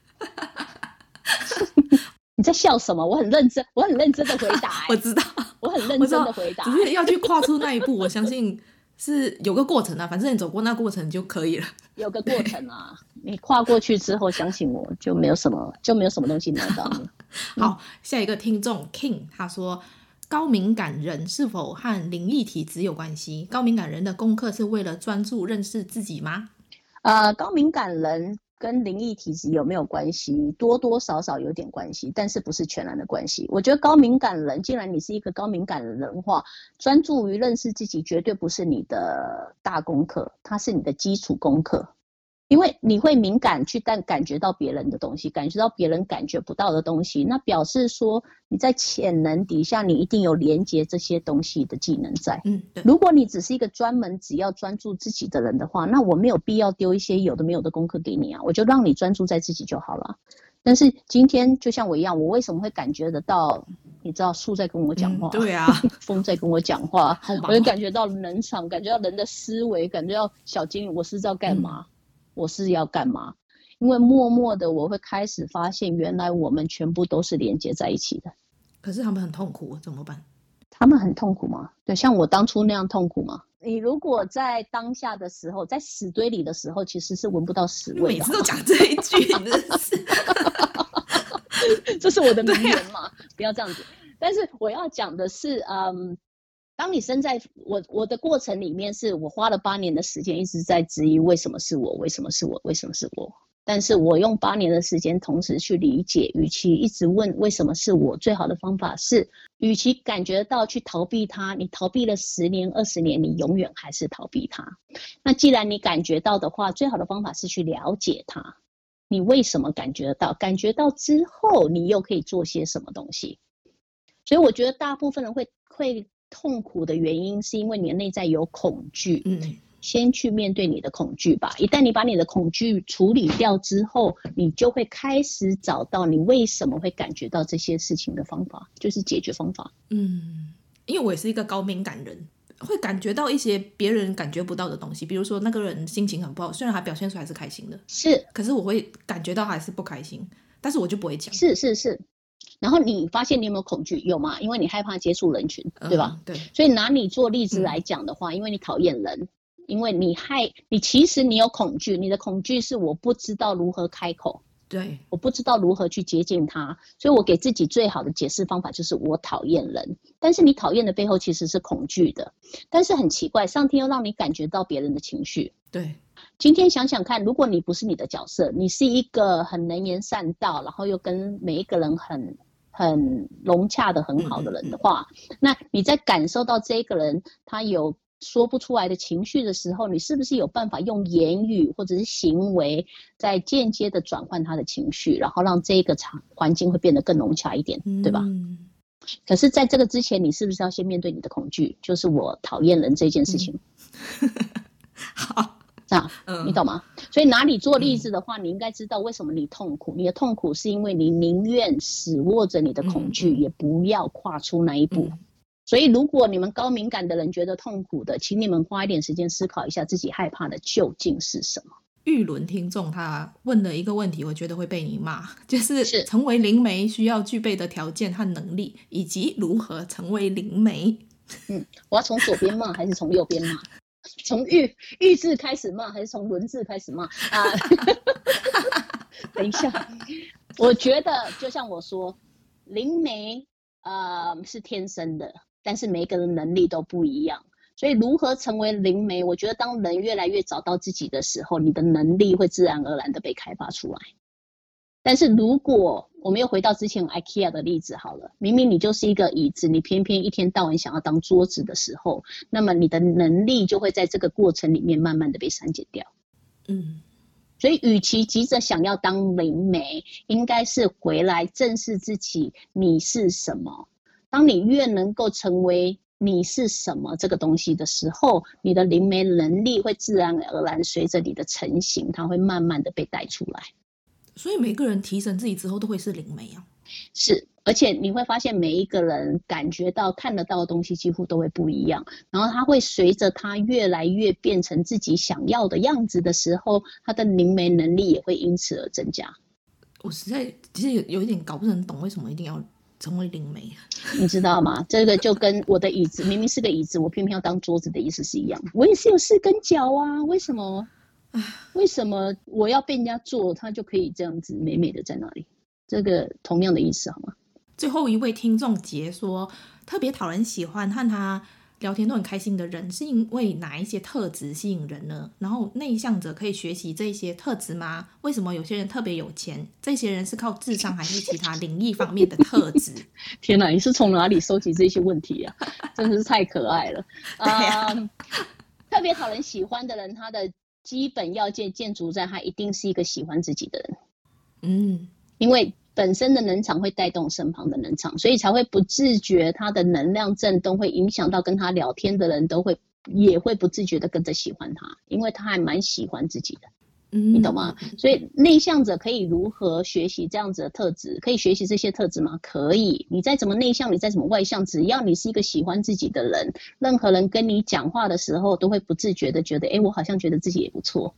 你在笑什么？我很认真，我很认真的回答、欸。 我知道， 我很认真的回答、欸。 只是要去跨出那一步，我相信是有个过程啊。反正你走过那过程就可以了。 有个过程啊，你跨过去之后，相信我，就没有什么，就没有什么东西难到你。 好，下一个听众 King 他说，高敏感人是否和灵异体质有关系？高敏感人的功课是为了专注认识自己吗？ 呃，高敏感人跟灵异体质有没有关系？多多少少有点关系，但是不是全然的关系。我觉得高敏感人，既然你是一个高敏感人的话，专注于认识自己绝对不是你的大功课，它是你的基础功课。因为你会敏感去但感觉到别人的东西，感觉到别人感觉不到的东西，那表示说你在潜能底下你一定有连接这些东西的技能在。 嗯，对。 如果你只是一个专门只要专注自己的人的话，那我没有必要丢一些有的没有的功课给你啊，我就让你专注在自己就好了。但是今天就像我一样，我为什么会感觉得到，你知道树在跟我讲话、 嗯、对啊， 风在跟我讲话，我就感觉到能场，感觉到人的思维，感觉到小精灵我是要干嘛、嗯我是要干嘛？因为默默的我会开始发现，原来我们全部都是连接在一起的。 可是他们很痛苦，怎么办？ 他们很痛苦吗？对，像我当初那样痛苦吗？你如果在当下的时候，在死堆里的时候，其实是闻不到死味的。 每次都讲这一句，真是， 这是我的名言嘛、啊？不要这样子。但是我要讲的是，嗯。当你身在我我的过程里面，是我花了八年的时间一直在质疑为什么是我，为什么是我，为什么是我。但是我用八年的时间同时去理解，与其一直问为什么是我，最好的方法是，与其感觉到去逃避它，你逃避了十年、二十年，你永远还是逃避它。那既然你感觉到的话，最好的方法是去了解它。你为什么感觉到？感觉到之后，你又可以做些什么东西？所以我觉得大部分人会会。痛苦的原因是因为你的内在有恐惧，嗯，先去面对你的恐惧吧。一旦你把你的恐惧处理掉之后，你就会开始找到你为什么会感觉到这些事情的方法，就是解决方法。 嗯，因为我也是一个高敏感人，会感觉到一些别人感觉不到的东西，比如说那个人心情很不好，虽然他表现出来是开心的， 是， 可是我会感觉到还是不开心，但是我就不会讲。 是是是。然后你发现你有没有恐惧？有吗？因为你害怕接触人群，对吧？ 嗯、对。 所以拿你做例子来讲的话，嗯、因为你讨厌人，因为你害你其实你有恐惧，你的恐惧是我不知道如何开口， 对， 我不知道如何去接近他，所以我给自己最好的解释方法就是我讨厌人。但是你讨厌的背后其实是恐惧的，但是很奇怪，上天又让你感觉到别人的情绪。 对。 今天想想看，如果你不是你的角色，你是一个很能言善道，然后又跟每一个人很很融洽的很好的人的话，嗯嗯，那你在感受到这个人他有说不出来的情绪的时候，你是不是有办法用言语或者是行为在间接的转换他的情绪，然后让这个场环境会变得更融洽一点，对吧？嗯，可是在这个之前，你是不是要先面对你的恐惧，就是我讨厌人这件事情？ 嗯、好。 啊，你懂吗？嗯、所以拿你做例子的话，嗯、你应该知道为什么你痛苦。你的痛苦是因为你宁愿死握着你的恐惧，嗯、也不要跨出那一步。嗯、所以，如果你们高敏感的人觉得痛苦的，请你们花一点时间思考一下自己害怕的究竟是什么。 玉伦听众他问的一个问题，我觉得会被你骂，就是成为灵媒需要具备的条件和能力，以及如何成为灵媒。 嗯，我要从左边骂还是从右边骂？从玉玉字开始骂还是从轮字开始骂啊？等一下，我觉得就像我说，灵媒呃是天生的，但是每个人能力都不一样，所以如何成为灵媒，我觉得当人越来越找到自己的时候，你的能力会自然而然的被开发出来。但是如果我们又回到之前 IKEA 的例子好了，明明你就是一个椅子，你偏偏一天到晚想要当桌子的时候，那么你的能力就会在这个过程里面慢慢的被删减掉。嗯，所以与其急着想要当灵媒，应该是回来正视自己你是什么， 当你越能够成为你是什么这个东西的时候，你的灵媒能力会自然而然随着你的成型，它会慢慢的被带出来。 所以每个人提升自己之后都会是灵媒啊？ 是，而且你会发现每一个人感觉到看得到的东西几乎都会不一样，然后他会随着他越来越变成自己想要的样子的时候，他的灵媒能力也会因此而增加。 我实在其实 有, 有一点搞不很懂为什么一定要成为灵媒， 你知道吗？这个就跟我的椅子明明是个椅子，我偏偏要当桌子的意思是一样，我也是有四根脚啊，为什么为什么我要被人家坐，他就可以这样子美美的在那里？这个同样的意思好吗？ 最后一位听众杰说，特别讨人喜欢和他聊天都很开心的人，是因为哪一些特质吸引人呢？然后内向者可以学习这些特质吗？为什么有些人特别有钱？这些人是靠智商还是其他灵异方面的特质？ 天哪，你是从哪里收集这些问题啊？真的是太可爱了。 对啊， 呃、特别讨人喜欢的人，他的基本要件建筑在他一定是一个喜欢自己的人。 嗯， 因为本身的能场会带动身旁的能场，所以才会不自觉他的能量震动会影响到跟他聊天的人都会也会不自觉的跟着喜欢他，因为他还蛮喜欢自己的。 嗯， 你懂吗？所以内向者可以如何学习这样子的特质？可以学习这些特质吗？可以。你再怎么内向，你再怎么外向，只要你是一个喜欢自己的人，任何人跟你讲话的时候都会不自觉的觉得，哎，我好像觉得自己也不错。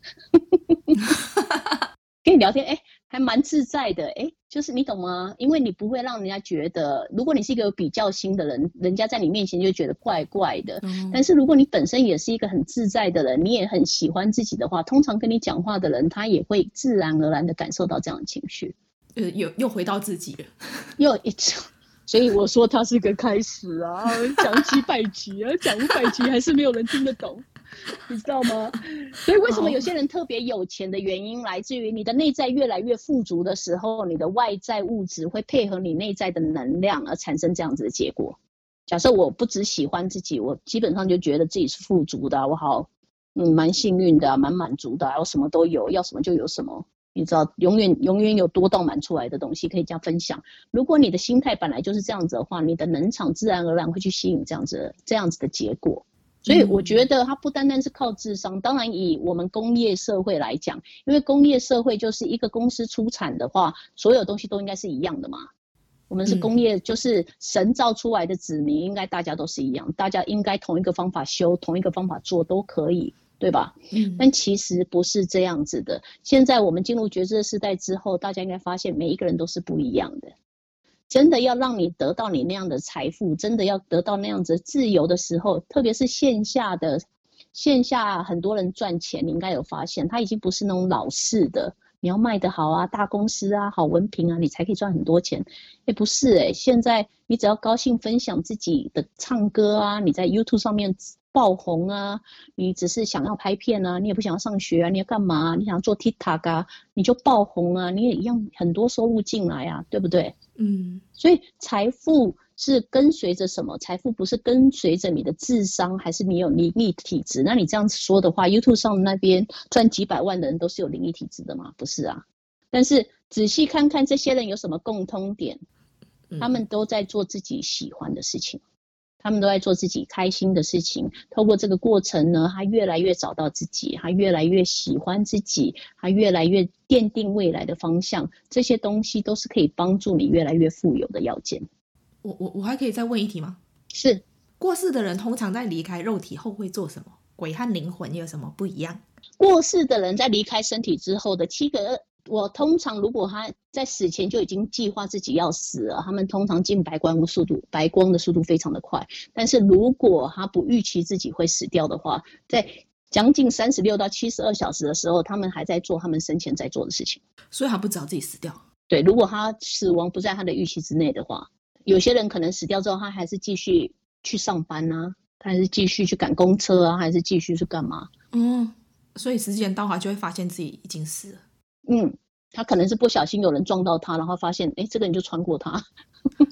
跟你聊天，哎，还蛮自在的，哎，就是你懂吗？因为你不会让人家觉得，如果你是一个有比较心的人，人家在你面前就觉得怪怪的。嗯、但是如果你本身也是一个很自在的人，你也很喜欢自己的话，通常跟你讲话的人，他也会自然而然的感受到这样的情绪。 呃，又又回到自己了， 又一次。所以我说它是个开始啊，讲几百集啊，讲五百集还是没有人听得懂。你知道吗？所以为什么有些人特别有钱的原因，来自于你的内在越来越富足的时候，你的外在物质会配合你内在的能量而产生这样子的结果。假设我不只喜欢自己，我基本上就觉得自己是富足的、啊，我好，嗯，蛮幸运的、啊，蛮满足的、啊，我什么都有，要什么就有什么。你知道，永远永远有多到满出来的东西可以这样分享。如果你的心态本来就是这样子的话，你的能场自然而然会去吸引这样子这样子的结果。所以我觉得它不单单是靠智商，当然以我们工业社会来讲，因为工业社会就是一个公司出产的话，所有东西都应该是一样的嘛。我们是工业，就是神造出来的子民，应该大家都是一样，大家应该同一个方法修，同一个方法做都可以，对吧？嗯。但其实不是这样子的。现在我们进入觉知的时代之后，大家应该发现每一个人都是不一样的。真的要让你得到你那样的财富，真的要得到那样子自由的时候，特别是线下的线下很多人赚钱，你应该有发现，他已经不是那种老式的，你要卖得好啊，大公司啊，好文凭啊，你才可以赚很多钱。哎，不是哎、欸，现在你只要高兴分享自己的唱歌啊，你在 YouTube 上面爆红啊，你只是想要拍片啊，你也不想要上学啊，你要干嘛、啊？你想要做 TikTok 啊，你就爆红啊，你也一样很多收入进来啊，对不对？嗯，所以财富是跟随着什么？财富不是跟随着你的智商，还是你有灵异体质？那你这样说的话 ，YouTube 上那边赚几百万的人都是有灵异体质的吗？不是啊。但是仔细看看这些人有什么共通点，他们都在做自己喜欢的事情。他们都在做自己开心的事情，透过这个过程呢，他越来越找到自己，他越来越喜欢自己，他越来越奠定未来的方向，这些东西都是可以帮助你越来越富有的要件。 我我我还可以再问一题吗？ 是， 过世的人通常在离开肉体后会做什么？鬼和灵魂有什么不一样？ 过世的人在离开身体之后的七个，我通常如果他在死前就已经计划自己要死了，他们通常进白光的速度，白光的速度非常的快。但是如果他不预期自己会死掉的话，在将近三十六到七十二小时的时候，他们还在做他们生前在做的事情。 所以他不知道自己死掉。 对，如果他死亡不在他的预期之内的话，有些人可能死掉之后，他还是继续去上班啊，他还是继续去赶公车啊，还是继续去干嘛？ 嗯，所以时间到，他就会发现自己已经死了。 嗯，他可能是不小心有人撞到他，然后发现，哎，这个人就穿过他。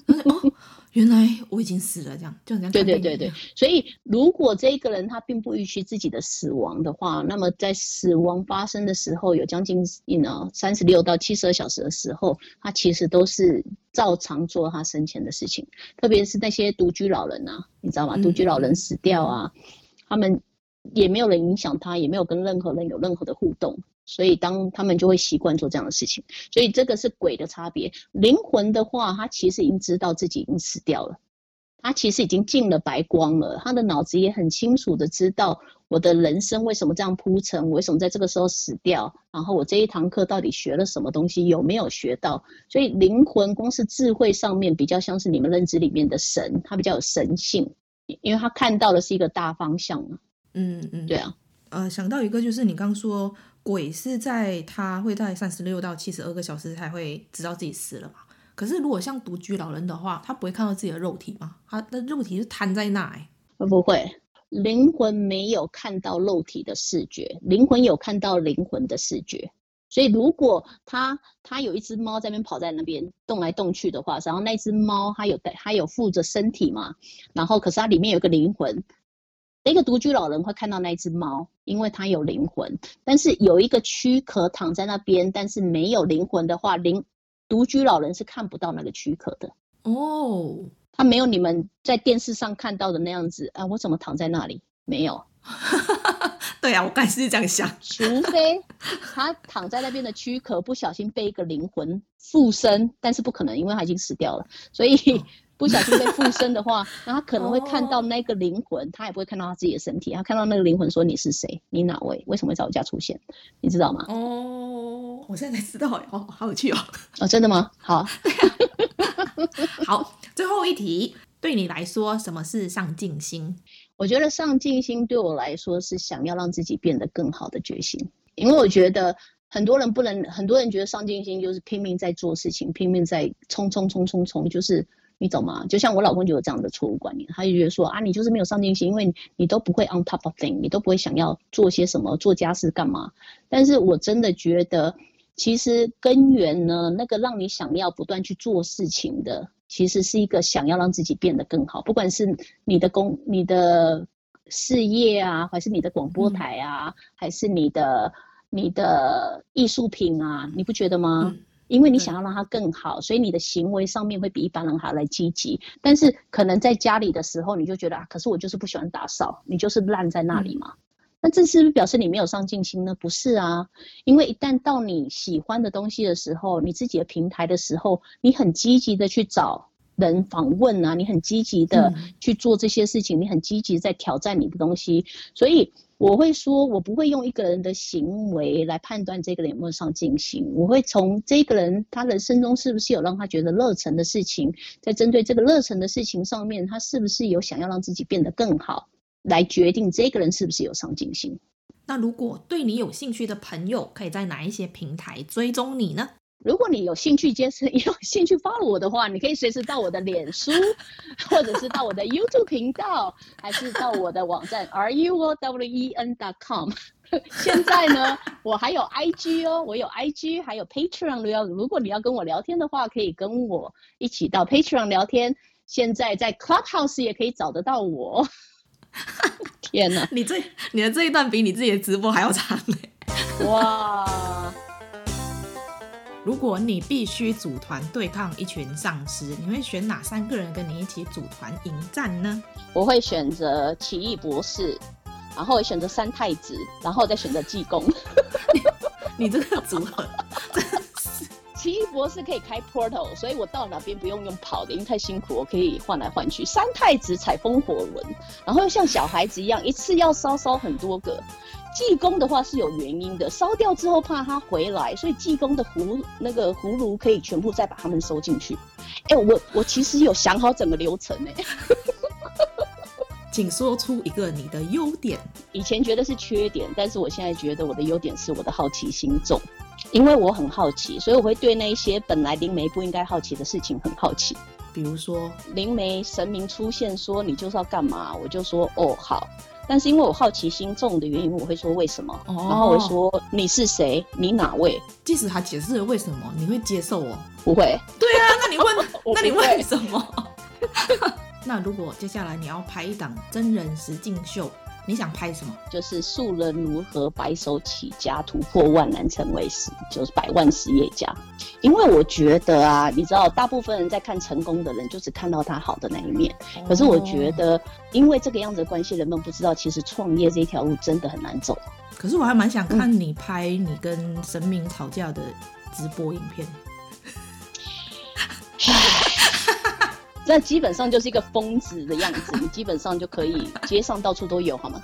哦，原来我已经死了，这样就很像对看电影。 对对对，所以如果这个人他并不预期自己的死亡的话，那么在死亡发生的时候，有将近三十六到七十二小时的时候，他其实都是照常做他生前的事情。特别是那些独居老人啊，你知道吗？ 嗯独居老人死掉啊，他们也没有人影响他，也没有跟任何人有任何的互动。所以当他们就会习惯做这样的事情，所以这个是鬼的差别。灵魂的话，他其实已经知道自己已经死掉了，他其实已经进了白光了，他的脑子也很清楚的知道我的人生为什么这样铺陈，我为什么在这个时候死掉，然后我这一堂课到底学了什么东西，有没有学到。所以灵魂光是智慧上面比较像是你们认知里面的神，他比较有神性，因为他看到的是一个大方向嘛。 嗯嗯， 对啊。 呃，想到一个就是你刚说鬼是在他会在三十六到七十二个小时才会知道自己死了嘛？可是如果像独居老人的话，他不会看到自己的肉体吗？他的肉体是瘫在那欸。 不会，灵魂没有看到肉体的视觉，灵魂有看到灵魂的视觉。所以如果他他有一只猫在那边跑在那边动来动去的话，然后那只猫它有它有附着身体嘛，然后可是它里面有个灵魂，那个独居老人会看到那只猫，因为它有灵魂。但是有一个躯壳躺在那边，但是没有灵魂的话，灵独居老人是看不到那个躯壳的哦。 他没有你们在电视上看到的那样子啊，我怎么躺在那里？没有。 对啊，我刚才是这样想。 除非他躺在那边的躯壳不小心被一个灵魂附身，但是不可能，因为他已经死掉了，所以不小心被附身的话，那他可能会看到那个灵魂，他也不会看到他自己的身体，他看到那个灵魂说：“你是谁？你哪位？为什么会在我家出现？”你知道吗？ 哦，我现在才知道，好好有趣哦。 哦，真的吗？好。 好，最后一题，对你来说，什么是上进心？ 我觉得上进心对我来说是想要让自己变得更好的决心，因为我觉得很多人不能，很多人觉得上进心就是拼命在做事情，拼命在冲冲冲冲冲，就是你懂吗？就像我老公就有这样的错误观念，他就觉得说啊，你就是没有上进心，因为你都不会 on top of thing， 你都不会想要做些什么，做家事干嘛。但是我真的觉得，其实根源呢，那个让你想要不断去做事情的，其实是一个想要让自己变得更好，不管是你的工、你的事业啊，还是你的广播台啊，嗯、还是你的你的艺术品啊，你不觉得吗？嗯，因为你想要让它更好，所以你的行为上面会比一般人还来积极。但是可能在家里的时候，你就觉得啊，可是我就是不喜欢打扫，你就是烂在那里嘛。嗯，那这是不是表示你没有上进心呢？不是啊，因为一旦到你喜欢的东西的时候，你自己的平台的时候，你很积极的去找人访问啊，你很积极的去做这些事情，嗯、你很积极在挑战你的东西。所以我会说，我不会用一个人的行为来判断这个人有没有上进心，我会从这个人他人生中是不是有让他觉得热忱的事情，在针对这个热忱的事情上面，他是不是有想要让自己变得更好，来决定这个人是不是有上进心。 那如果对你有兴趣的朋友，可以在哪一些平台追踪你呢？ 如果你有兴趣接受有兴趣 follow 我的话，你可以随时到我的脸书，或者是到我的 YouTube 频道，还是到我的网站 r u o w e n dot com。现在呢，我还有 I G 哦，我有 I G， 还有 Patreon。如果你要跟我聊天的话，可以跟我一起到 Patreon 聊天。现在在 Clubhouse 也可以找得到我。天哪， 你这你的这一段比你自己的直播还要长欸。 哇！ 如果你必须组团对抗一群丧尸，你会选哪三个人跟你一起组团迎战呢？ 我会选择奇异博士，然后会选择三太子，然后再选择济公。 你, 你这个组合真是。 奇异博士可以开 portal， 所以我到哪边不用用跑的，因为太辛苦，我可以换来换去。三太子采风火轮，然后又像小孩子一样，一次要烧烧很多个。济公的话是有原因的，烧掉之后怕他回来，所以济公的葫那个葫芦可以全部再把他们收进去。哎、欸，我我其实有想好整个流程哎、欸。 请说出一个你的优点。 以前觉得是缺点，但是我现在觉得我的优点是我的好奇心重，因为我很好奇，所以我会对那一些本来灵媒不应该好奇的事情很好奇。 比如说灵媒神明出现说你就是要干嘛，我就说哦好。 但是因为我好奇心重的原因，我会说为什么，哦、然后我会说你是谁，你哪位？ 即使他解释了为什么，你会接受哦？ 不会。对啊，那你问，那你为什么？那如果接下来你要拍一档真人实境秀，你想拍什么？ 就是素人如何白手起家，突破万难成为实，就是百万实业家。因为我觉得啊，你知道，大部分人在看成功的人，就只看到他好的那一面。哦、可是我觉得，因为这个样子的关系，人们不知道，其实创业这条路真的很难走。 可是我还蛮想看你拍你跟神明吵架的直播影片。 那基本上就是一个疯子的样子，你基本上就可以街上到处都有，好吗？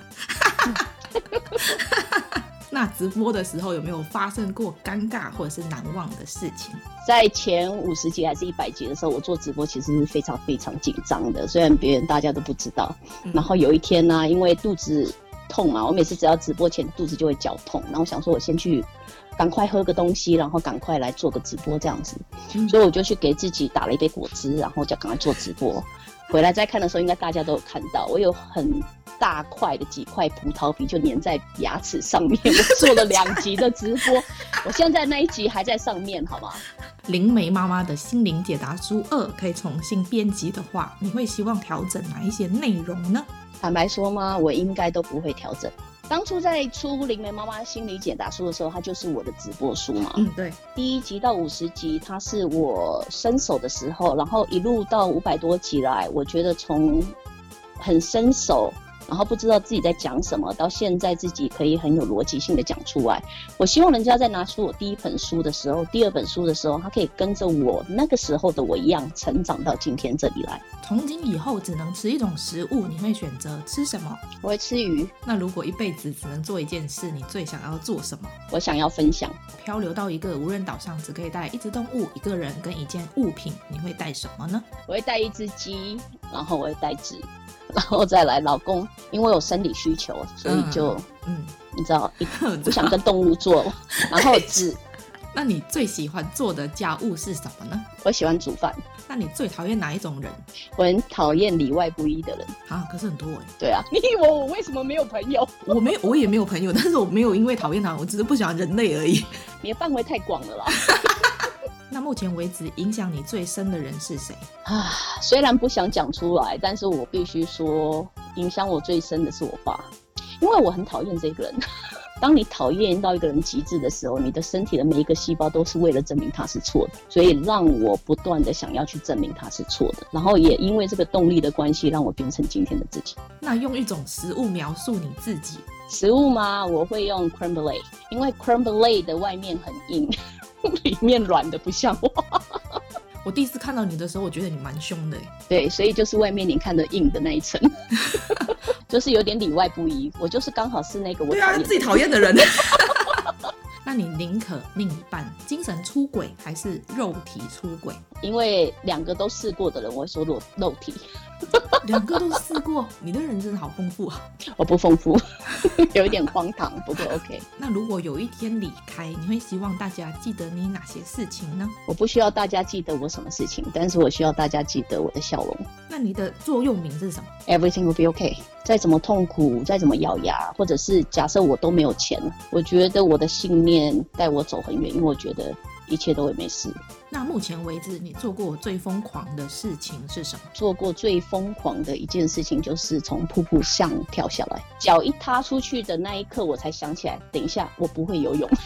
那直播的时候有没有发生过尴尬或者是难忘的事情？ 在前五十集还是一百集的时候，我做直播其实是非常非常紧张的，虽然别人大家都不知道。嗯、然后有一天呢、啊，因为肚子痛嘛，我每次只要直播前肚子就会绞痛，然后我想说我先去赶快喝个东西，然后赶快来做个直播这样子，嗯、所以我就去给自己打了一杯果汁，然后就赶快做直播。回来再看的时候，应该大家都有看到，我有很大块的几块葡萄皮就粘在牙齿上面。我做了两集的直播，我现在那一集还在上面，好吗？ 灵媒妈妈的心灵解答书二可以重新编辑的话，你会希望调整哪一些内容呢？ 坦白说吗，我应该都不会调整。当初在出灵媒妈妈心理解答书的时候，它就是我的直播书嘛。 嗯，对。 第一集到五十集，它是我伸手的时候，然后一路到五百多集来，我觉得从很伸手，然后不知道自己在讲什么，到现在自己可以很有逻辑性的讲出来。我希望人家在拿出我第一本书的时候，第二本书的时候，他可以跟着我那个时候的我一样，成长到今天这里来。 从今以后只能吃一种食物，你会选择吃什么？ 我会吃鱼。 那如果一辈子只能做一件事，你最想要做什么？ 我想要分享。 漂流到一个无人岛上，只可以带一只动物、一个人跟一件物品，你会带什么呢？ 我会带一只鸡，然后我会带纸，然后再来老公，因为有生理需求，所以就嗯，嗯你知道，不想跟动物做，然后纸。 那你最喜欢做的家务是什么呢？ 我喜欢煮饭。 那你最讨厌哪一种人？ 我很讨厌里外不一的人啊，可是很多哎、欸。 对啊，你以为我为什么没有朋友？ 我没有，我也没有朋友，但是我没有因为讨厌他，我只是不喜欢人类而已。 你的范围太广了啦。 那目前为止影响你最深的人是谁啊？虽然不想讲出来，但是我必须说，影响我最深的是我爸，因为我很讨厌这个人。当你讨厌到一个人极致的时候，你的身体的每一个细胞都是为了证明他是错的，所以让我不断的想要去证明他是错的，然后也因为这个动力的关系，让我变成今天的自己。 那用一种食物描述你自己？ 食物吗？我会用 crème brûlée， 因为 crème brûlée 的外面很硬，里面软的不像我。 我第一次看到你的时候，我觉得你蛮凶的。 对，所以就是外面你看的硬的那一层。就是有点里外不一，我就是刚好是那个我对啊自己讨厌的人。那你宁可另一半精神出轨还是肉体出轨？ 因为两个都试过的人，我会说肉肉体。 两个都试过，你的人真好丰富啊！ 我不丰富，有一点荒唐，不过 OK。 那如果有一天离开，你会希望大家记得你哪些事情呢？ 我不需要大家记得我什么事情，但是我需要大家记得我的笑容。 那你的座右铭是什么？ Everything will be okay。 再怎么痛苦，再怎么咬牙，或者是假设我都没有钱，我觉得我的信念带我走很远，因为我觉得一切都会没事。 那目前为止你做过最疯狂的事情是什么？ 做过最疯狂的一件事情就是从瀑布上跳下来，脚一踏出去的那一刻我才想起来，等一下我不会游泳。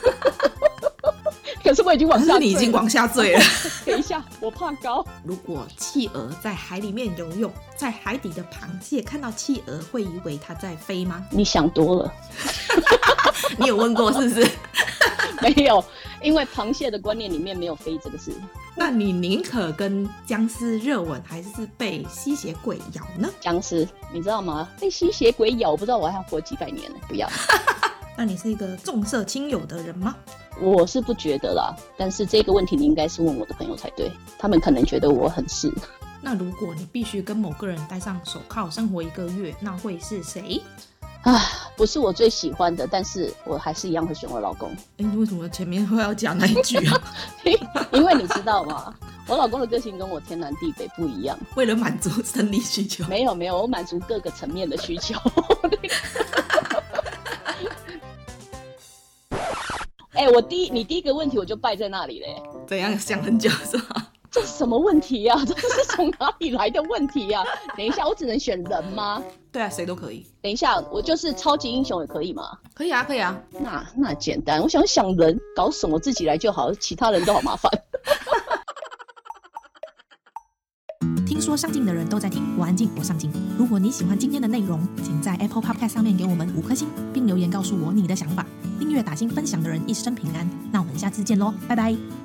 可是我已经往下坠了， 你已经往下坠了。 等一下，我怕高。 如果企鹅在海里面游泳，在海底的螃蟹看到企鹅会以为它在飞吗？ 你想多了。 你有问过是不是？ 没有，因为螃蟹的观念里面没有飞这个事。 那你宁可跟僵尸热吻，还是被吸血鬼咬呢？ 僵尸，你知道吗？被吸血鬼咬，我不知道我还要活几百年呢。不要。 那你是一个重色轻友的人吗？ 我是不觉得啦，但是这个问题你应该是问我的朋友才对，他们可能觉得我很是。 那如果你必须跟某个人戴上手铐生活一个月，那会是谁？ 啊，不是我最喜欢的，但是我还是一样会选我老公。 哎，你为什么前面会要讲那一句啊？ 因为你知道吗？ 我老公的个性跟我天南地北不一样， 为了满足生理需求。 没有没有，我满足各个层面的需求。哎、欸，我第一你第一个问题我就败在那里嘞。 怎样想很久是吧？ 这是什么问题啊？这是从哪里来的问题啊？等一下，我只能选人吗？ 对啊，谁都可以。 等一下，我就是超级英雄也可以吗？ 可以啊，可以啊。 那那简单，我想想人，搞什么自己来就好，其他人都好麻烦。 听说上进的人都在听，我安静，我上进。如果你喜欢今天的内容，请在 Apple Podcast 上面给我们五颗星，并留言告诉我你的想法。订阅打星分享的人一生平安。那我们下次见咯，拜拜。